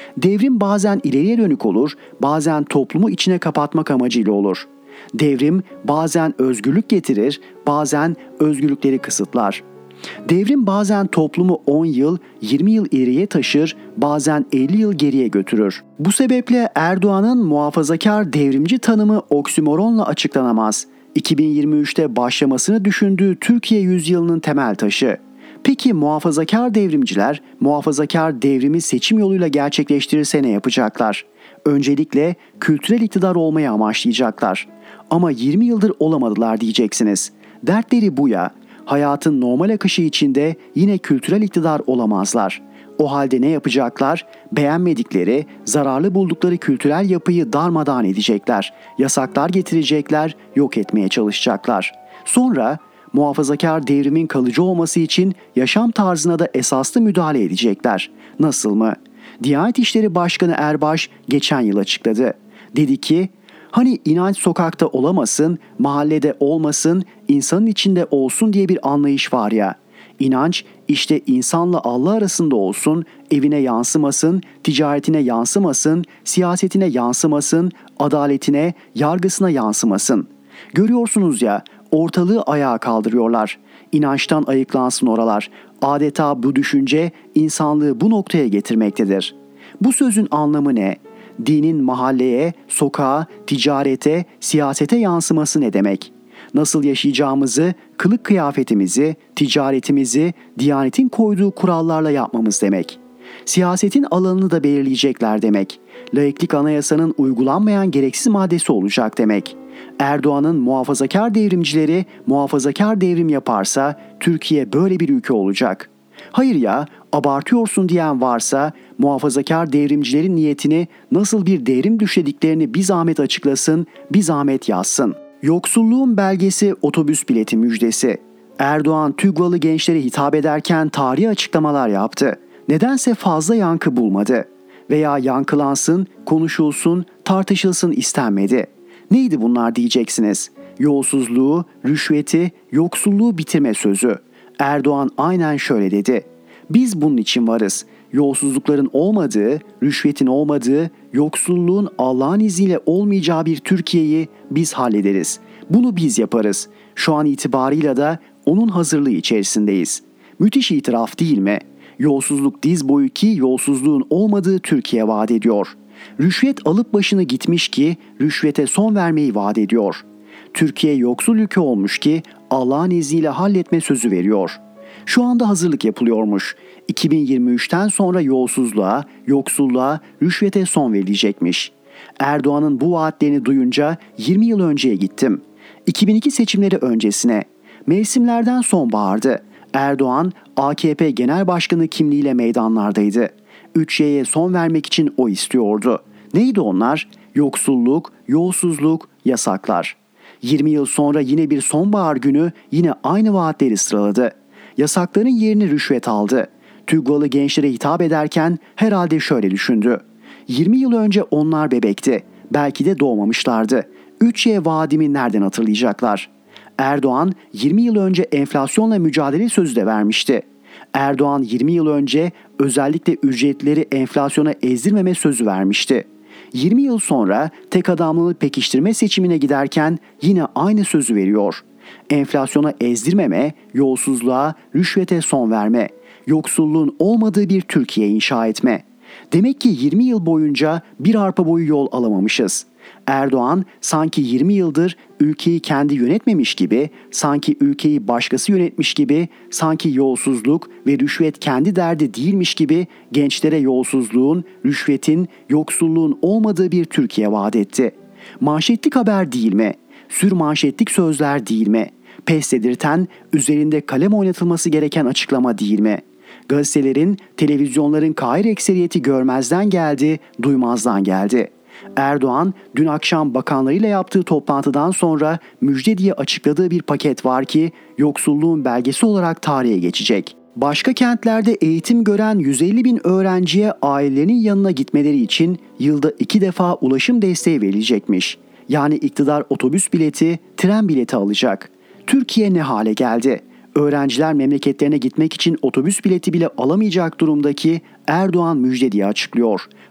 Devrim bazen ileriye dönük olur, bazen toplumu içine kapatmak amacıyla olur. Devrim bazen özgürlük getirir, bazen özgürlükleri kısıtlar. Devrim bazen toplumu 10 yıl, 20 yıl ileriye taşır, bazen 50 yıl geriye götürür. Bu sebeple Erdoğan'ın muhafazakar devrimci tanımı oksimoronla açıklanamaz. 2023'te başlamasını düşündüğü Türkiye yüzyılının temel taşı. Peki muhafazakar devrimciler, muhafazakar devrimi seçim yoluyla gerçekleştirirse ne yapacaklar? Öncelikle kültürel iktidar olmayı amaçlayacaklar. Ama 20 yıldır olamadılar diyeceksiniz. Dertleri bu ya. Hayatın normal akışı içinde yine kültürel iktidar olamazlar. O halde ne yapacaklar? Beğenmedikleri, zararlı buldukları kültürel yapıyı darmadağın edecekler. Yasaklar getirecekler, yok etmeye çalışacaklar. Sonra muhafazakar devrimin kalıcı olması için yaşam tarzına da esaslı müdahale edecekler. Nasıl mı? Diyanet İşleri Başkanı Erbaş geçen yıl açıkladı. Dedi ki, hani inanç sokakta olamasın, mahallede olmasın, insanın içinde olsun diye bir anlayış var ya. İnanç işte insanla Allah arasında olsun, evine yansımasın, ticaretine yansımasın, siyasetine yansımasın, adaletine, yargısına yansımasın. Görüyorsunuz ya, ortalığı ayağa kaldırıyorlar. İnançtan ayıklansın oralar. Adeta bu düşünce insanlığı bu noktaya getirmektedir. Bu sözün anlamı ne? Dinin mahalleye, sokağa, ticarete, siyasete yansıması ne demek? Nasıl yaşayacağımızı, kılık kıyafetimizi, ticaretimizi, Diyanetin koyduğu kurallarla yapmamız demek. Siyasetin alanını da belirleyecekler demek. Laiklik anayasanın uygulanmayan gereksiz maddesi olacak demek. Erdoğan'ın muhafazakar devrimcileri muhafazakar devrim yaparsa Türkiye böyle bir ülke olacak. Hayır ya, abartıyorsun diyen varsa muhafazakar devrimcilerin niyetini nasıl bir devrim düşlediklerini bir zahmet açıklasın, bir zahmet yazsın. Yoksulluğun belgesi otobüs bileti müjdesi. Erdoğan TÜGVA'lı gençlere hitap ederken tarihi açıklamalar yaptı. Nedense fazla yankı bulmadı. Veya yankılansın, konuşulsun, tartışılsın istenmedi. Neydi bunlar diyeceksiniz? Yolsuzluğu, rüşveti, yoksulluğu bitirme sözü. Erdoğan aynen şöyle dedi. Biz bunun için varız. Yolsuzlukların olmadığı, rüşvetin olmadığı, yoksulluğun Allah'ın izniyle olmayacağı bir Türkiye'yi biz hallederiz. Bunu biz yaparız. Şu an itibarıyla da onun hazırlığı içerisindeyiz. Müthiş itiraf değil mi? Yolsuzluk diz boyu ki yolsuzluğun olmadığı Türkiye vaat ediyor. Rüşvet alıp başını gitmiş ki rüşvete son vermeyi vaat ediyor. Türkiye yoksul ülke olmuş ki Allah'ın izniyle halletme sözü veriyor. Şu anda hazırlık yapılıyormuş. 2023'ten sonra yolsuzluğa, yoksulluğa, rüşvete son verilecekmiş. Erdoğan'ın bu vaatlerini duyunca 20 yıl önceye gittim. 2002 seçimleri öncesine. Mevsimlerden sonbahardı. Erdoğan AKP Genel Başkanı kimliğiyle meydanlardaydı. 3Y'ye son vermek için o istiyordu. Neydi onlar? Yoksulluk, yolsuzluk, yasaklar. 20 yıl sonra yine bir sonbahar günü yine aynı vaatleri sıraladı. Yasakların yerini rüşvet aldı. TÜGVA'lı gençlere hitap ederken herhalde şöyle düşündü. 20 yıl önce onlar bebekti. Belki de doğmamışlardı. 3Y vaadimi nereden hatırlayacaklar? Erdoğan 20 yıl önce enflasyonla mücadele sözü de vermişti. Erdoğan 20 yıl önce özellikle ücretleri enflasyona ezdirmeme sözü vermişti. 20 yıl sonra tek adamlılığı pekiştirme seçimine giderken yine aynı sözü veriyor. Enflasyona ezdirmeme, yolsuzluğa, rüşvete son verme, yoksulluğun olmadığı bir Türkiye inşa etme. Demek ki 20 yıl boyunca bir arpa boyu yol alamamışız. Erdoğan sanki 20 yıldır ülkeyi kendi yönetmemiş gibi, sanki ülkeyi başkası yönetmiş gibi, sanki yolsuzluk ve rüşvet kendi derdi değilmiş gibi gençlere yolsuzluğun, rüşvetin, yoksulluğun olmadığı bir Türkiye vaat etti. Manşetlik haber değil mi? Sürmanşetlik sözler değil mi? Pes dedirten, üzerinde kalem oynatılması gereken açıklama değil mi? Gazetelerin, televizyonların kahir ekseriyeti görmezden geldi, duymazdan geldi. Erdoğan dün akşam bakanlarıyla yaptığı toplantıdan sonra müjde diye açıkladığı bir paket var ki yoksulluğun belgesi olarak tarihe geçecek. Başka kentlerde eğitim gören 150 bin öğrenciye ailelerinin yanına gitmeleri için yılda 2 defa ulaşım desteği verilecekmiş. Yani iktidar otobüs bileti, tren bileti alacak. Türkiye ne hale geldi? Öğrenciler memleketlerine gitmek için otobüs bileti bile alamayacak durumdaki Erdoğan müjde diye açıklıyor.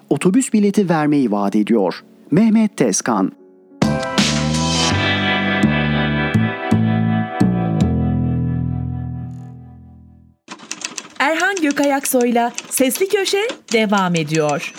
otobüs bileti vermeyi vaat ediyor. Mehmet Tezkan. Erhan Gökayaksoy'la Sesli Köşe devam ediyor.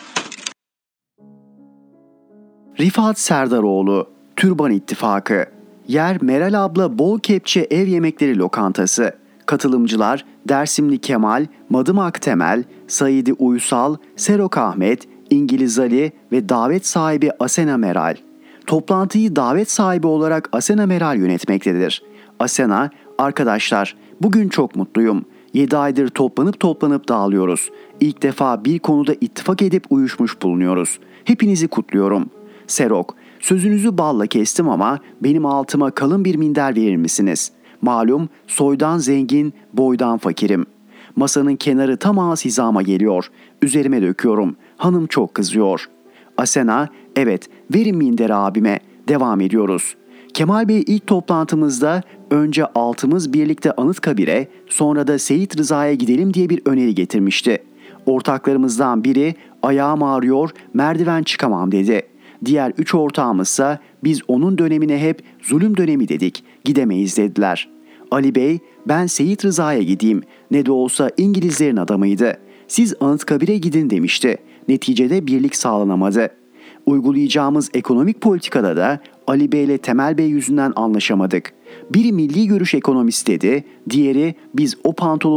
Rifat Serdaroğlu, Türban İttifakı. Yer Meral Abla Bol Kepçe Ev Yemekleri Lokantası. Katılımcılar Dersimli Kemal, Madımak Temel, Saidi Uysal, Serok Ahmet, İngiliz Ali ve davet sahibi Asena Meral. Toplantıyı davet sahibi olarak Asena Meral yönetmektedir. Asena, arkadaşlar bugün çok mutluyum. 7 aydır toplanıp dağılıyoruz. İlk defa bir konuda ittifak edip uyuşmuş bulunuyoruz. Hepinizi kutluyorum. Serok, sözünüzü balla kestim ama benim altıma kalın bir minder verir misiniz? Malum soydan zengin, boydan fakirim. Masanın kenarı tam ağız hizama geliyor. Üzerime döküyorum. Hanım çok kızıyor. Asena, evet verin minderi abime. Devam ediyoruz. Kemal Bey ilk toplantımızda önce altımız birlikte Anıtkabir'e, sonra da Seyit Rıza'ya gidelim diye bir öneri getirmişti. Ortaklarımızdan biri ayağım ağrıyor, merdiven çıkamam dedi. Diğer 3 ortağımızsa biz onun dönemine hep zulüm dönemi dedik, gidemeyiz dediler. Ali Bey, ben Seyit Rıza'ya gideyim, ne de olsa İngilizlerin adamıydı. Siz Anıtkabir'e gidin demişti. Neticede birlik sağlanamadı. Uygulayacağımız ekonomik politikada da Ali Bey ile Temel Bey yüzünden anlaşamadık. Biri milli görüş ekonomist dedi, diğeri biz o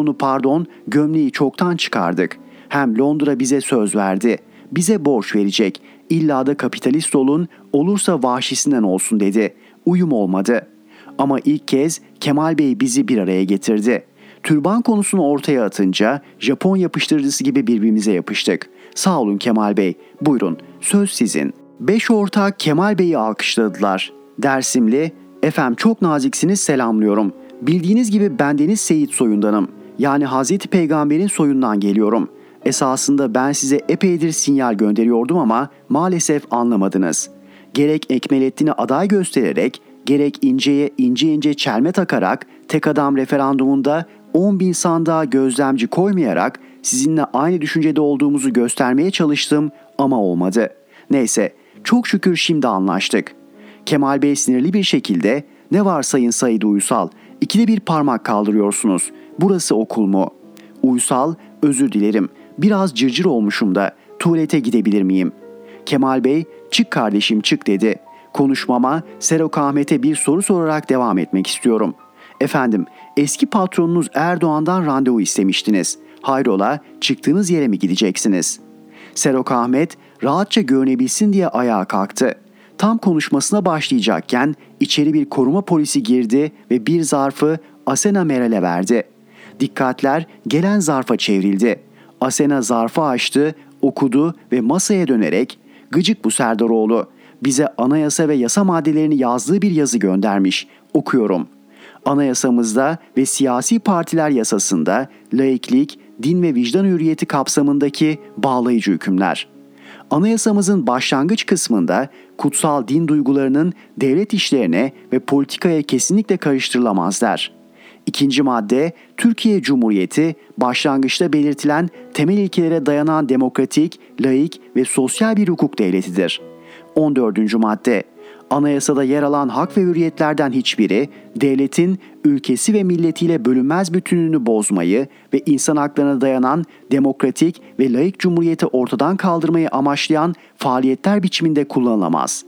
gömleği çoktan çıkardık. Hem Londra bize söz verdi. Bize borç verecek. İlla da kapitalist olun, olursa vahşisinden olsun dedi. Uyum olmadı. Ama ilk kez Kemal Bey bizi bir araya getirdi. Türban konusunu ortaya atınca Japon yapıştırıcısı gibi birbirimize yapıştık. Sağ olun Kemal Bey, buyurun, söz sizin. 5 ortak Kemal Bey'i alkışladılar. Dersimli, efendim çok naziksiniz, selamlıyorum. Bildiğiniz gibi bendeniz Seyit soyundanım. Yani Hazreti Peygamber'in soyundan geliyorum. Esasında ben size epeydir sinyal gönderiyordum ama maalesef anlamadınız. Gerek Ekmelettin'i aday göstererek, gerek İnce'ye ince çelme takarak tek adam referandumunda 10.000 sandığa gözlemci koymayarak sizinle aynı düşüncede olduğumuzu göstermeye çalıştım ama olmadı. Neyse, çok şükür şimdi anlaştık. Kemal Bey sinirli bir şekilde, ne var Sayın Said Uysal, 2'de 1 parmak kaldırıyorsunuz, burası okul mu? Uysal, özür dilerim, biraz cırcır olmuşum da tuvalete gidebilir miyim? Kemal Bey, çık kardeşim çık dedi. Konuşmama Serok Ahmet'e bir soru sorarak devam etmek istiyorum. Efendim, eski patronunuz Erdoğan'dan randevu istemiştiniz. Hayrola, çıktığınız yere mi gideceksiniz? Serok Ahmet rahatça görünebilsin diye ayağa kalktı. Tam konuşmasına başlayacakken içeri bir koruma polisi girdi ve bir zarfı Asena Meral'e verdi. Dikkatler gelen zarfa çevrildi. Asena zarfı açtı, okudu ve masaya dönerek "Gıcık bu Serdaroğlu. Bize anayasa ve yasa maddelerini yazdığı bir yazı göndermiş. Okuyorum. Anayasamızda ve siyasi partiler yasasında laiklik, din ve vicdan hürriyeti kapsamındaki bağlayıcı hükümler. Anayasamızın başlangıç kısmında kutsal din duygularının devlet işlerine ve politikaya kesinlikle karıştırılamaz der. İkinci madde, Türkiye Cumhuriyeti başlangıçta belirtilen temel ilkelere dayanan demokratik, laik ve sosyal bir hukuk devletidir. 14. madde, Anayasada yer alan hak ve hürriyetlerden hiçbiri devletin ülkesi ve milletiyle bölünmez bütünlüğünü bozmayı ve insan haklarına dayanan demokratik ve laik cumhuriyeti ortadan kaldırmayı amaçlayan faaliyetler biçiminde kullanılamaz.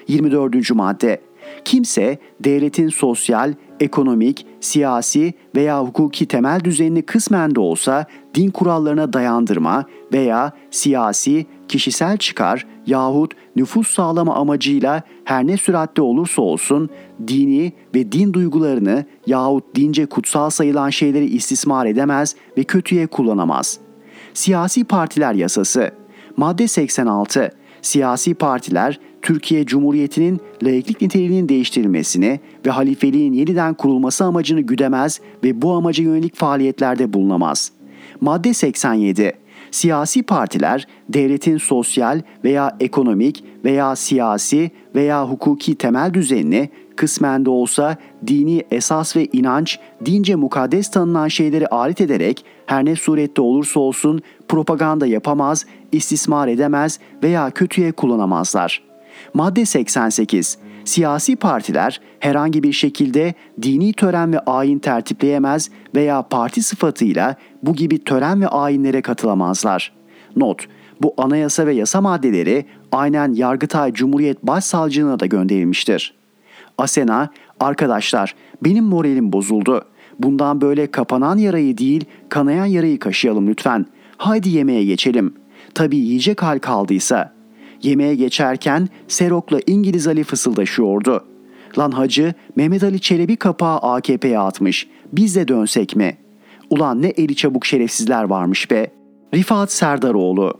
24. madde, kimse devletin sosyal, ekonomik, siyasi veya hukuki temel düzenini kısmen de olsa din kurallarına dayandırma veya siyasi, kişisel çıkar yahut nüfus sağlama amacıyla her ne süratte olursa olsun dini ve din duygularını yahut dince kutsal sayılan şeyleri istismar edemez ve kötüye kullanamaz. Siyasi Partiler Yasası. Madde 86. Siyasi partiler Türkiye Cumhuriyeti'nin laiklik niteliğinin değiştirilmesini ve halifeliğin yeniden kurulması amacını güdemez ve bu amaca yönelik faaliyetlerde bulunamaz. Madde 87. Siyasi partiler devletin sosyal veya ekonomik veya siyasi veya hukuki temel düzenini kısmen de olsa dini esas ve inanç, dince mukaddes tanınan şeyleri alet ederek her ne surette olursa olsun propaganda yapamaz, istismar edemez veya kötüye kullanamazlar. Madde 88. Siyasi partiler herhangi bir şekilde dini tören ve ayin tertipleyemez veya parti sıfatıyla bu gibi tören ve ayinlere katılamazlar. Not: Bu anayasa ve yasa maddeleri aynen Yargıtay Cumhuriyet Başsavcılığına da gönderilmiştir. Asena: Arkadaşlar, benim moralim bozuldu. Bundan böyle kapanan yarayı değil, kanayan yarayı kaşıyalım lütfen. Haydi yemeğe geçelim. Tabii yiyecek hal kaldıysa. Yemeğe geçerken Serok'la İngiliz Ali fısıldaşıyordu. Lan hacı, Mehmet Ali Çelebi kapağı AKP'ye atmış. Biz de dönsek mi? Ulan ne eli çabuk şerefsizler varmış be. Rifat Serdaroğlu.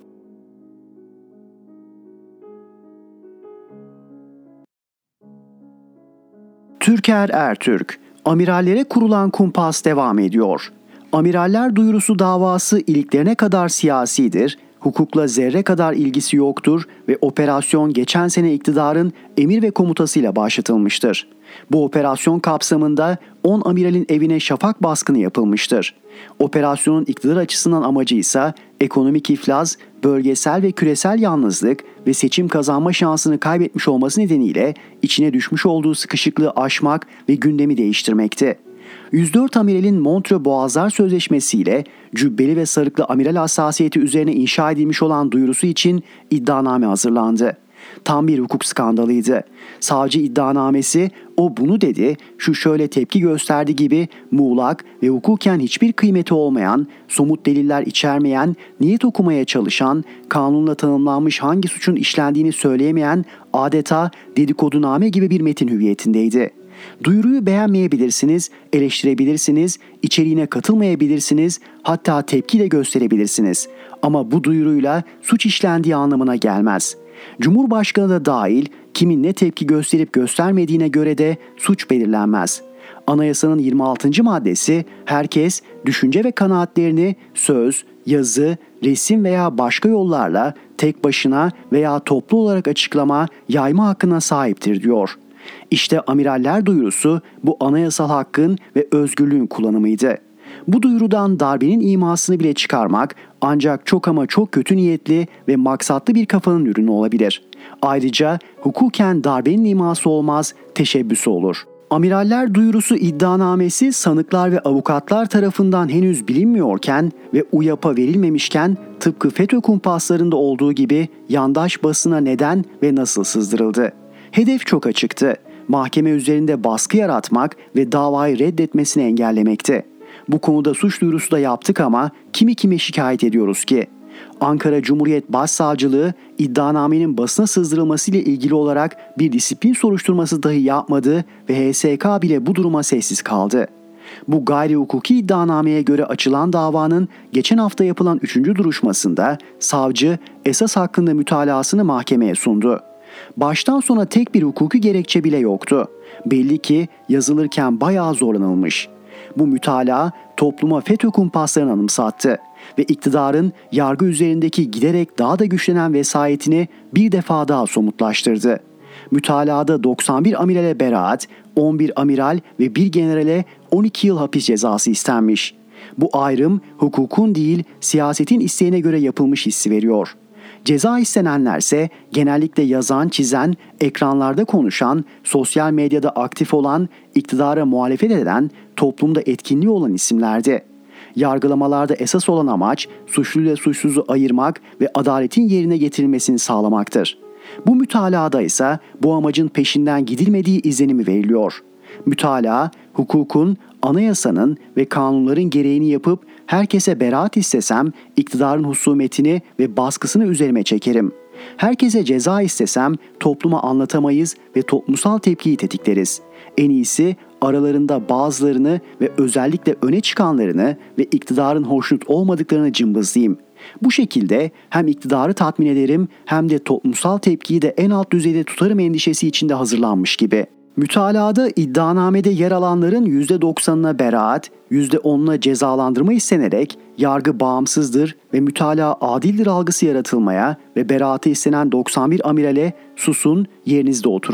Türker Ertürk. Amirallere kurulan kumpas devam ediyor. Amiraller duyurusu davası iliklerine kadar siyasidir, hukukla zerre kadar ilgisi yoktur ve operasyon geçen sene iktidarın emir ve komutasıyla başlatılmıştır. Bu operasyon kapsamında 10 amiralin evine şafak baskını yapılmıştır. Operasyonun iktidar açısından amacı ise ekonomik iflas, bölgesel ve küresel yalnızlık ve seçim kazanma şansını kaybetmiş olması nedeniyle içine düşmüş olduğu sıkışıklığı aşmak ve gündemi değiştirmekti. 104 amiralin Montreux Boğazlar Sözleşmesi ile cübbeli ve sarıklı amiral hassasiyeti üzerine inşa edilmiş olan duyurusu için iddianame hazırlandı. Tam bir hukuk skandalıydı. Savcı iddianamesi o bunu dedi, şu şöyle tepki gösterdi gibi muğlak ve hukuken hiçbir kıymeti olmayan, somut deliller içermeyen, niyet okumaya çalışan, kanunla tanımlanmış hangi suçun işlendiğini söyleyemeyen adeta dedikoduname gibi bir metin hüviyetindeydi. Duyuruyu beğenmeyebilirsiniz, eleştirebilirsiniz, içeriğine katılmayabilirsiniz, hatta tepki de gösterebilirsiniz. Ama bu duyuruyla suç işlendiği anlamına gelmez. Cumhurbaşkanı da dahil kimin ne tepki gösterip göstermediğine göre de suç belirlenmez. Anayasanın 26. maddesi herkes düşünce ve kanaatlerini söz, yazı, resim veya başka yollarla tek başına veya toplu olarak açıklama, yayma hakkına sahiptir diyor. İşte amiraller duyurusu bu anayasal hakkın ve özgürlüğün kullanımıydı. Bu duyurudan darbenin imasını bile çıkarmak ancak çok ama çok kötü niyetli ve maksatlı bir kafanın ürünü olabilir. Ayrıca hukuken darbenin iması olmaz, teşebbüsü olur. Amiraller duyurusu iddianamesi sanıklar ve avukatlar tarafından henüz bilinmiyorken ve UYAP'a verilmemişken tıpkı FETÖ kumpaslarında olduğu gibi yandaş basına neden ve nasıl sızdırıldı? Hedef çok açıktı. Mahkeme üzerinde baskı yaratmak ve davayı reddetmesini engellemekti. Bu konuda suç duyurusu da yaptık ama kimi kime şikayet ediyoruz ki? Ankara Cumhuriyet Başsavcılığı iddianamenin basına sızdırılması ile ilgili olarak bir disiplin soruşturması dahi yapmadı ve HSK bile bu duruma sessiz kaldı. Bu gayri hukuki iddianameye göre açılan davanın geçen hafta yapılan 3. duruşmasında savcı esas hakkında mütalasını mahkemeye sundu. Baştan sona tek bir hukuki gerekçe bile yoktu. Belli ki yazılırken bayağı zorlanılmış. Bu mütalaa topluma FETÖ kumpaslarını anımsattı ve iktidarın yargı üzerindeki giderek daha da güçlenen vesayetini bir defa daha somutlaştırdı. Mütalaada 91 amirale beraat, 11 amiral ve 1 generale 12 yıl hapis cezası istenmiş. Bu ayrım hukukun değil siyasetin isteğine göre yapılmış hissi veriyor. Ceza istenenlerse genellikle yazan, çizen, ekranlarda konuşan, sosyal medyada aktif olan, iktidara muhalefet eden, toplumda etkinliği olan isimlerdi. Yargılamalarda esas olan amaç suçluyla suçsuzu ayırmak ve adaletin yerine getirilmesini sağlamaktır. Bu mütalaada ise bu amacın peşinden gidilmediği izlenimi veriliyor. Mütalaa, hukukun, anayasanın ve kanunların gereğini yapıp herkese beraat istesem iktidarın husumetini ve baskısını üzerime çekerim. Herkese ceza istesem topluma anlatamayız ve toplumsal tepkiyi tetikleriz. En iyisi aralarında bazılarını ve özellikle öne çıkanlarını ve iktidarın hoşnut olmadıklarını cımbızlayayım. Bu şekilde hem iktidarı tatmin ederim hem de toplumsal tepkiyi de en alt düzeyde tutarım endişesi içinde hazırlanmış gibi. Mütalaada iddianamede yer alanların %90'ına beraat, %10'una cezalandırma istenerek yargı bağımsızdır ve mütalaa adildir algısı yaratılmaya ve beraatı istenen 91 amirale susun, yerinizde oturun,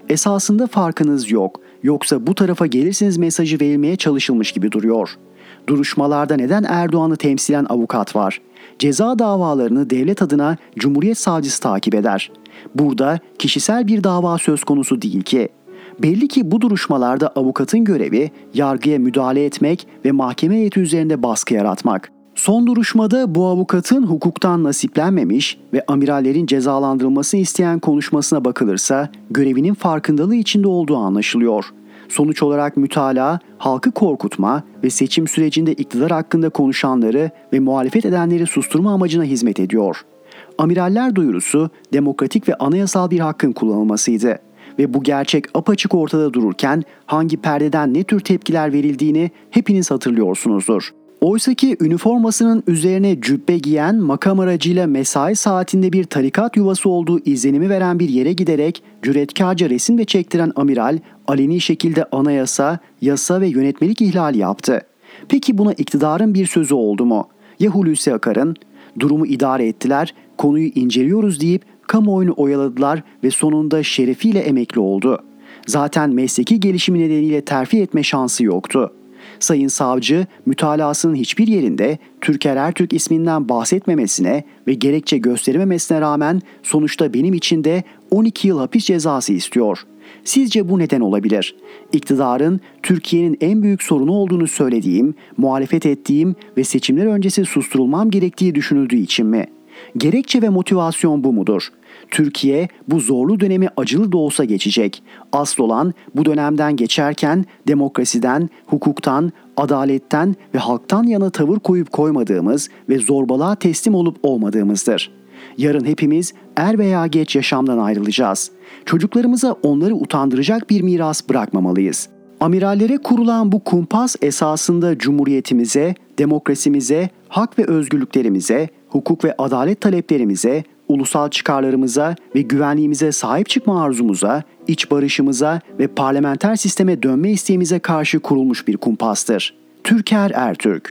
Esasında farkınız yok. Yoksa bu tarafa gelirsiniz mesajı verilmeye çalışılmış gibi duruyor. Duruşmalarda neden Erdoğan'ı temsilen avukat var? Ceza davalarını devlet adına Cumhuriyet Savcısı takip eder. Burada kişisel bir dava söz konusu değil ki. Belli ki bu duruşmalarda avukatın görevi yargıya müdahale etmek ve mahkeme heyeti üzerinde baskı yaratmak. Son duruşmada bu avukatın hukuktan nasiplenmemiş ve amirallerin cezalandırılmasını isteyen konuşmasına bakılırsa görevinin farkındalığı içinde olduğu anlaşılıyor. Sonuç olarak mütalaa, halkı korkutma ve seçim sürecinde iktidar hakkında konuşanları ve muhalefet edenleri susturma amacına hizmet ediyor. Amiraller duyurusu demokratik ve anayasal bir hakkın kullanılmasıydı. Ve bu gerçek apaçık ortada dururken hangi perdeden ne tür tepkiler verildiğini hepiniz hatırlıyorsunuzdur. Oysaki üniformasının üzerine cübbe giyen, makam aracıyla mesai saatinde bir tarikat yuvası olduğu izlenimi veren bir yere giderek cüretkarca resim de çektiren amiral, aleni şekilde anayasa, yasa ve yönetmelik ihlali yaptı. Peki buna iktidarın bir sözü oldu mu? Ya Hulusi Akar'ın? Durumu idare ettiler, konuyu inceliyoruz deyip kamuoyunu oyaladılar ve sonunda şerefiyle emekli oldu. Zaten mesleki gelişimi nedeniyle terfi etme şansı yoktu. Sayın Savcı, mütalasının hiçbir yerinde Türker Ertürk isminden bahsetmemesine ve gerekçe gösterememesine rağmen sonuçta benim için de 12 yıl hapis cezası istiyor. Sizce bu neden olabilir? İktidarın Türkiye'nin en büyük sorunu olduğunu söylediğim, muhalefet ettiğim ve seçimler öncesi susturulmam gerektiği düşünüldüğü için mi? Gerekçe ve motivasyon bu mudur? Türkiye bu zorlu dönemi acılı da olsa geçecek. Asıl olan bu dönemden geçerken demokrasiden, hukuktan, adaletten ve halktan yana tavır koyup koymadığımız ve zorbalığa teslim olup olmadığımızdır. Yarın hepimiz er veya geç yaşamdan ayrılacağız. Çocuklarımıza onları utandıracak bir miras bırakmamalıyız. Amirallere kurulan bu kumpas esasında cumhuriyetimize, demokrasimize, hak ve özgürlüklerimize, hukuk ve adalet taleplerimize, ulusal çıkarlarımıza ve güvenliğimize sahip çıkma arzumuza, iç barışımıza ve parlamenter sisteme dönme isteğimize karşı kurulmuş bir kumpastır. Türker Ertürk.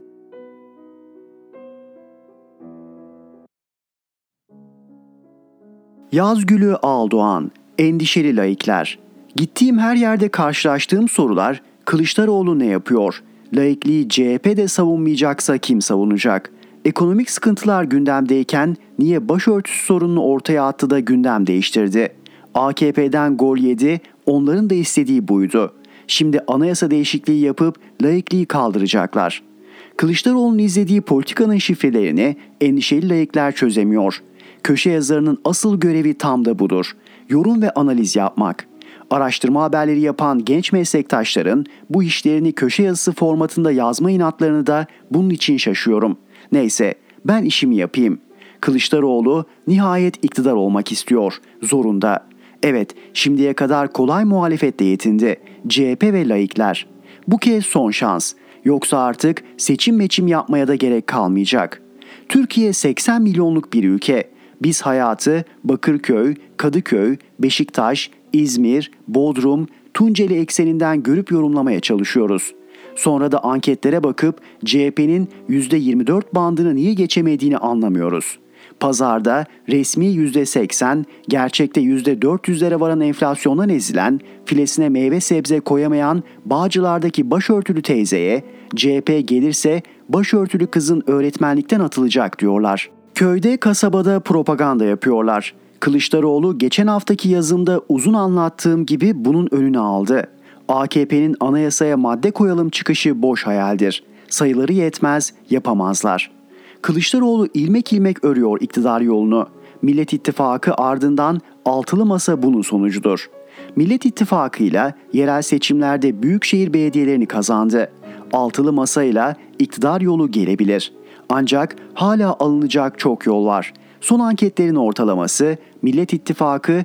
Yazgülü Aldoğan, endişeli laikler. Gittiğim her yerde karşılaştığım sorular, Kılıçdaroğlu ne yapıyor? Laikliği CHP de savunmayacaksa kim savunacak? Ekonomik sıkıntılar gündemdeyken niye başörtüsü sorununu ortaya attı da gündem değiştirdi? AKP'den gol yedi, onların da istediği buydu. Şimdi anayasa değişikliği yapıp laikliği kaldıracaklar. Kılıçdaroğlu'nun izlediği politikanın şifrelerini endişeli laikler çözemiyor. Köşe yazarının asıl görevi tam da budur. Yorum ve analiz yapmak. Araştırma haberleri yapan genç meslektaşların bu işlerini köşe yazısı formatında yazma inatlarını da bunun için şaşıyorum. Neyse, ben işimi yapayım. Kılıçdaroğlu nihayet iktidar olmak istiyor. Zorunda. Evet, şimdiye kadar kolay muhalefetle yetindi. CHP ve laikler. Bu kez son şans. Yoksa artık seçim yapmaya da gerek kalmayacak. Türkiye 80 milyonluk bir ülke. Biz hayatı Bakırköy, Kadıköy, Beşiktaş, İzmir, Bodrum, Tunceli ekseninden görüp yorumlamaya çalışıyoruz. Sonra da anketlere bakıp CHP'nin %24 bandını niye geçemediğini anlamıyoruz. Pazarda resmi %80, gerçekte %400'lere varan enflasyondan ezilen, filesine meyve sebze koyamayan Bağcılar'daki başörtülü teyzeye CHP gelirse başörtülü kızın öğretmenlikten atılacak diyorlar. Köyde, kasabada propaganda yapıyorlar. Kılıçdaroğlu geçen haftaki yazımda uzun anlattığım gibi bunun önünü aldı. AKP'nin anayasaya madde koyalım çıkışı boş hayaldir. Sayıları yetmez, yapamazlar. Kılıçdaroğlu ilmek ilmek örüyor iktidar yolunu. Millet İttifakı ardından altılı masa bunun sonucudur. Millet İttifakı'yla yerel seçimlerde büyükşehir belediyelerini kazandı. Altılı masayla iktidar yolu gelebilir. Ancak hala alınacak çok yol var. Son anketlerin ortalaması Millet İttifakı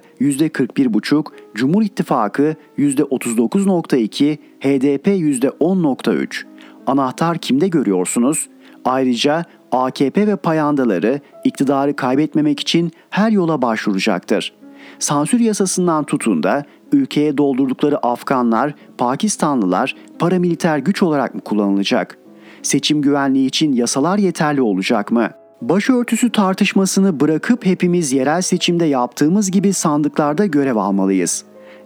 %41,5, Cumhur İttifakı %39,2, HDP %10,3. Anahtar kimde görüyorsunuz? Ayrıca AKP ve payandaları iktidarı kaybetmemek için her yola başvuracaktır. Sansür yasasından tutun da ülkeye doldurdukları Afganlar, Pakistanlılar paramiliter güç olarak mı kullanılacak? Seçim güvenliği için yasalar yeterli olacak mı? Başörtüsü tartışmasını bırakıp hepimiz yerel seçimde yaptığımız gibi sandıklarda görev almalıyız.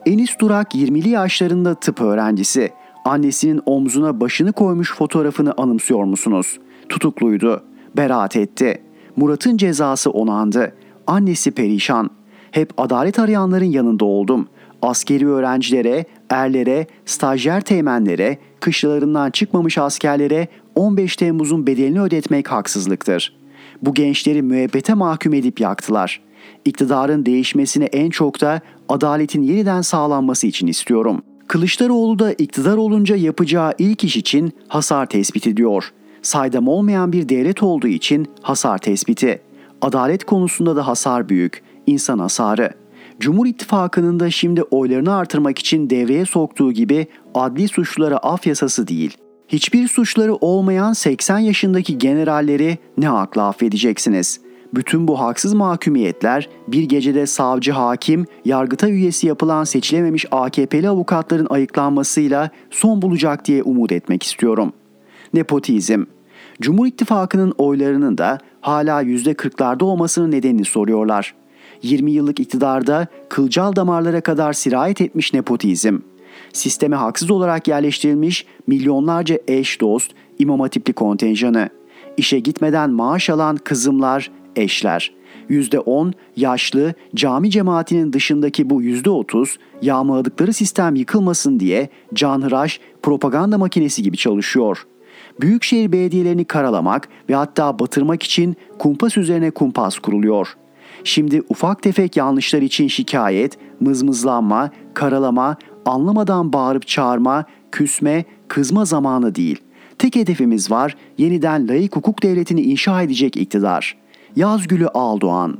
Enis Durak 20'li yaşlarında tıp öğrencisi. Annesinin omzuna başını koymuş fotoğrafını anımsıyor musunuz? Tutukluydu. Beraat etti. Murat'ın cezası onandı. Annesi perişan. Hep adalet arayanların yanında oldum. Askeri öğrencilere, erlere, stajyer teğmenlere, kışlalarından çıkmamış askerlere 15 Temmuz'un bedelini ödetmek haksızlıktır. Bu gençleri müebbete mahkum edip yaktılar. İktidarın değişmesini en çok da adaletin yeniden sağlanması için istiyorum. Kılıçdaroğlu da iktidar olunca yapacağı ilk iş için hasar tespit ediyor. Saydam olmayan bir devlet olduğu için hasar tespiti. Adalet konusunda da hasar büyük, insan hasarı. Cumhur İttifakı'nın da şimdi oylarını artırmak için devreye soktuğu gibi adli suçlulara af yasası değil. Hiçbir suçları olmayan 80 yaşındaki generalleri ne hakla affedeceksiniz? Bütün bu haksız mahkumiyetler bir gecede savcı, hakim, yargıtay üyesi yapılan seçilememiş AKP'li avukatların ayıklanmasıyla son bulacak diye umut etmek istiyorum. Nepotizm. Cumhur İttifakı'nın oylarının da hala %40'larda olmasının nedenini soruyorlar. 20 yıllık iktidarda kılcal damarlara kadar sirayet etmiş nepotizm. Sisteme haksız olarak yerleştirilmiş milyonlarca eş dost, İmam Hatipli kontenjanı. İşe gitmeden maaş alan kızımlar, eşler. %10 yaşlı cami cemaatinin dışındaki bu %30 yağmaladıkları sistem yıkılmasın diye canhıraş propaganda makinesi gibi çalışıyor. Büyükşehir belediyelerini karalamak ve hatta batırmak için kumpas üzerine kumpas kuruluyor. Şimdi ufak tefek yanlışlar için şikayet, mızmızlanma, karalama, anlamadan bağırıp çağırma, küsme, kızma zamanı değil. Tek hedefimiz var, yeniden laik hukuk devletini inşa edecek iktidar. Yazgülü Aldoğan.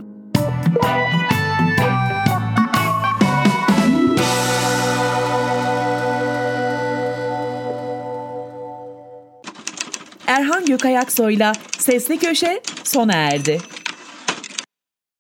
Erhan Gökayaksoy'la Sesli Köşe sona erdi.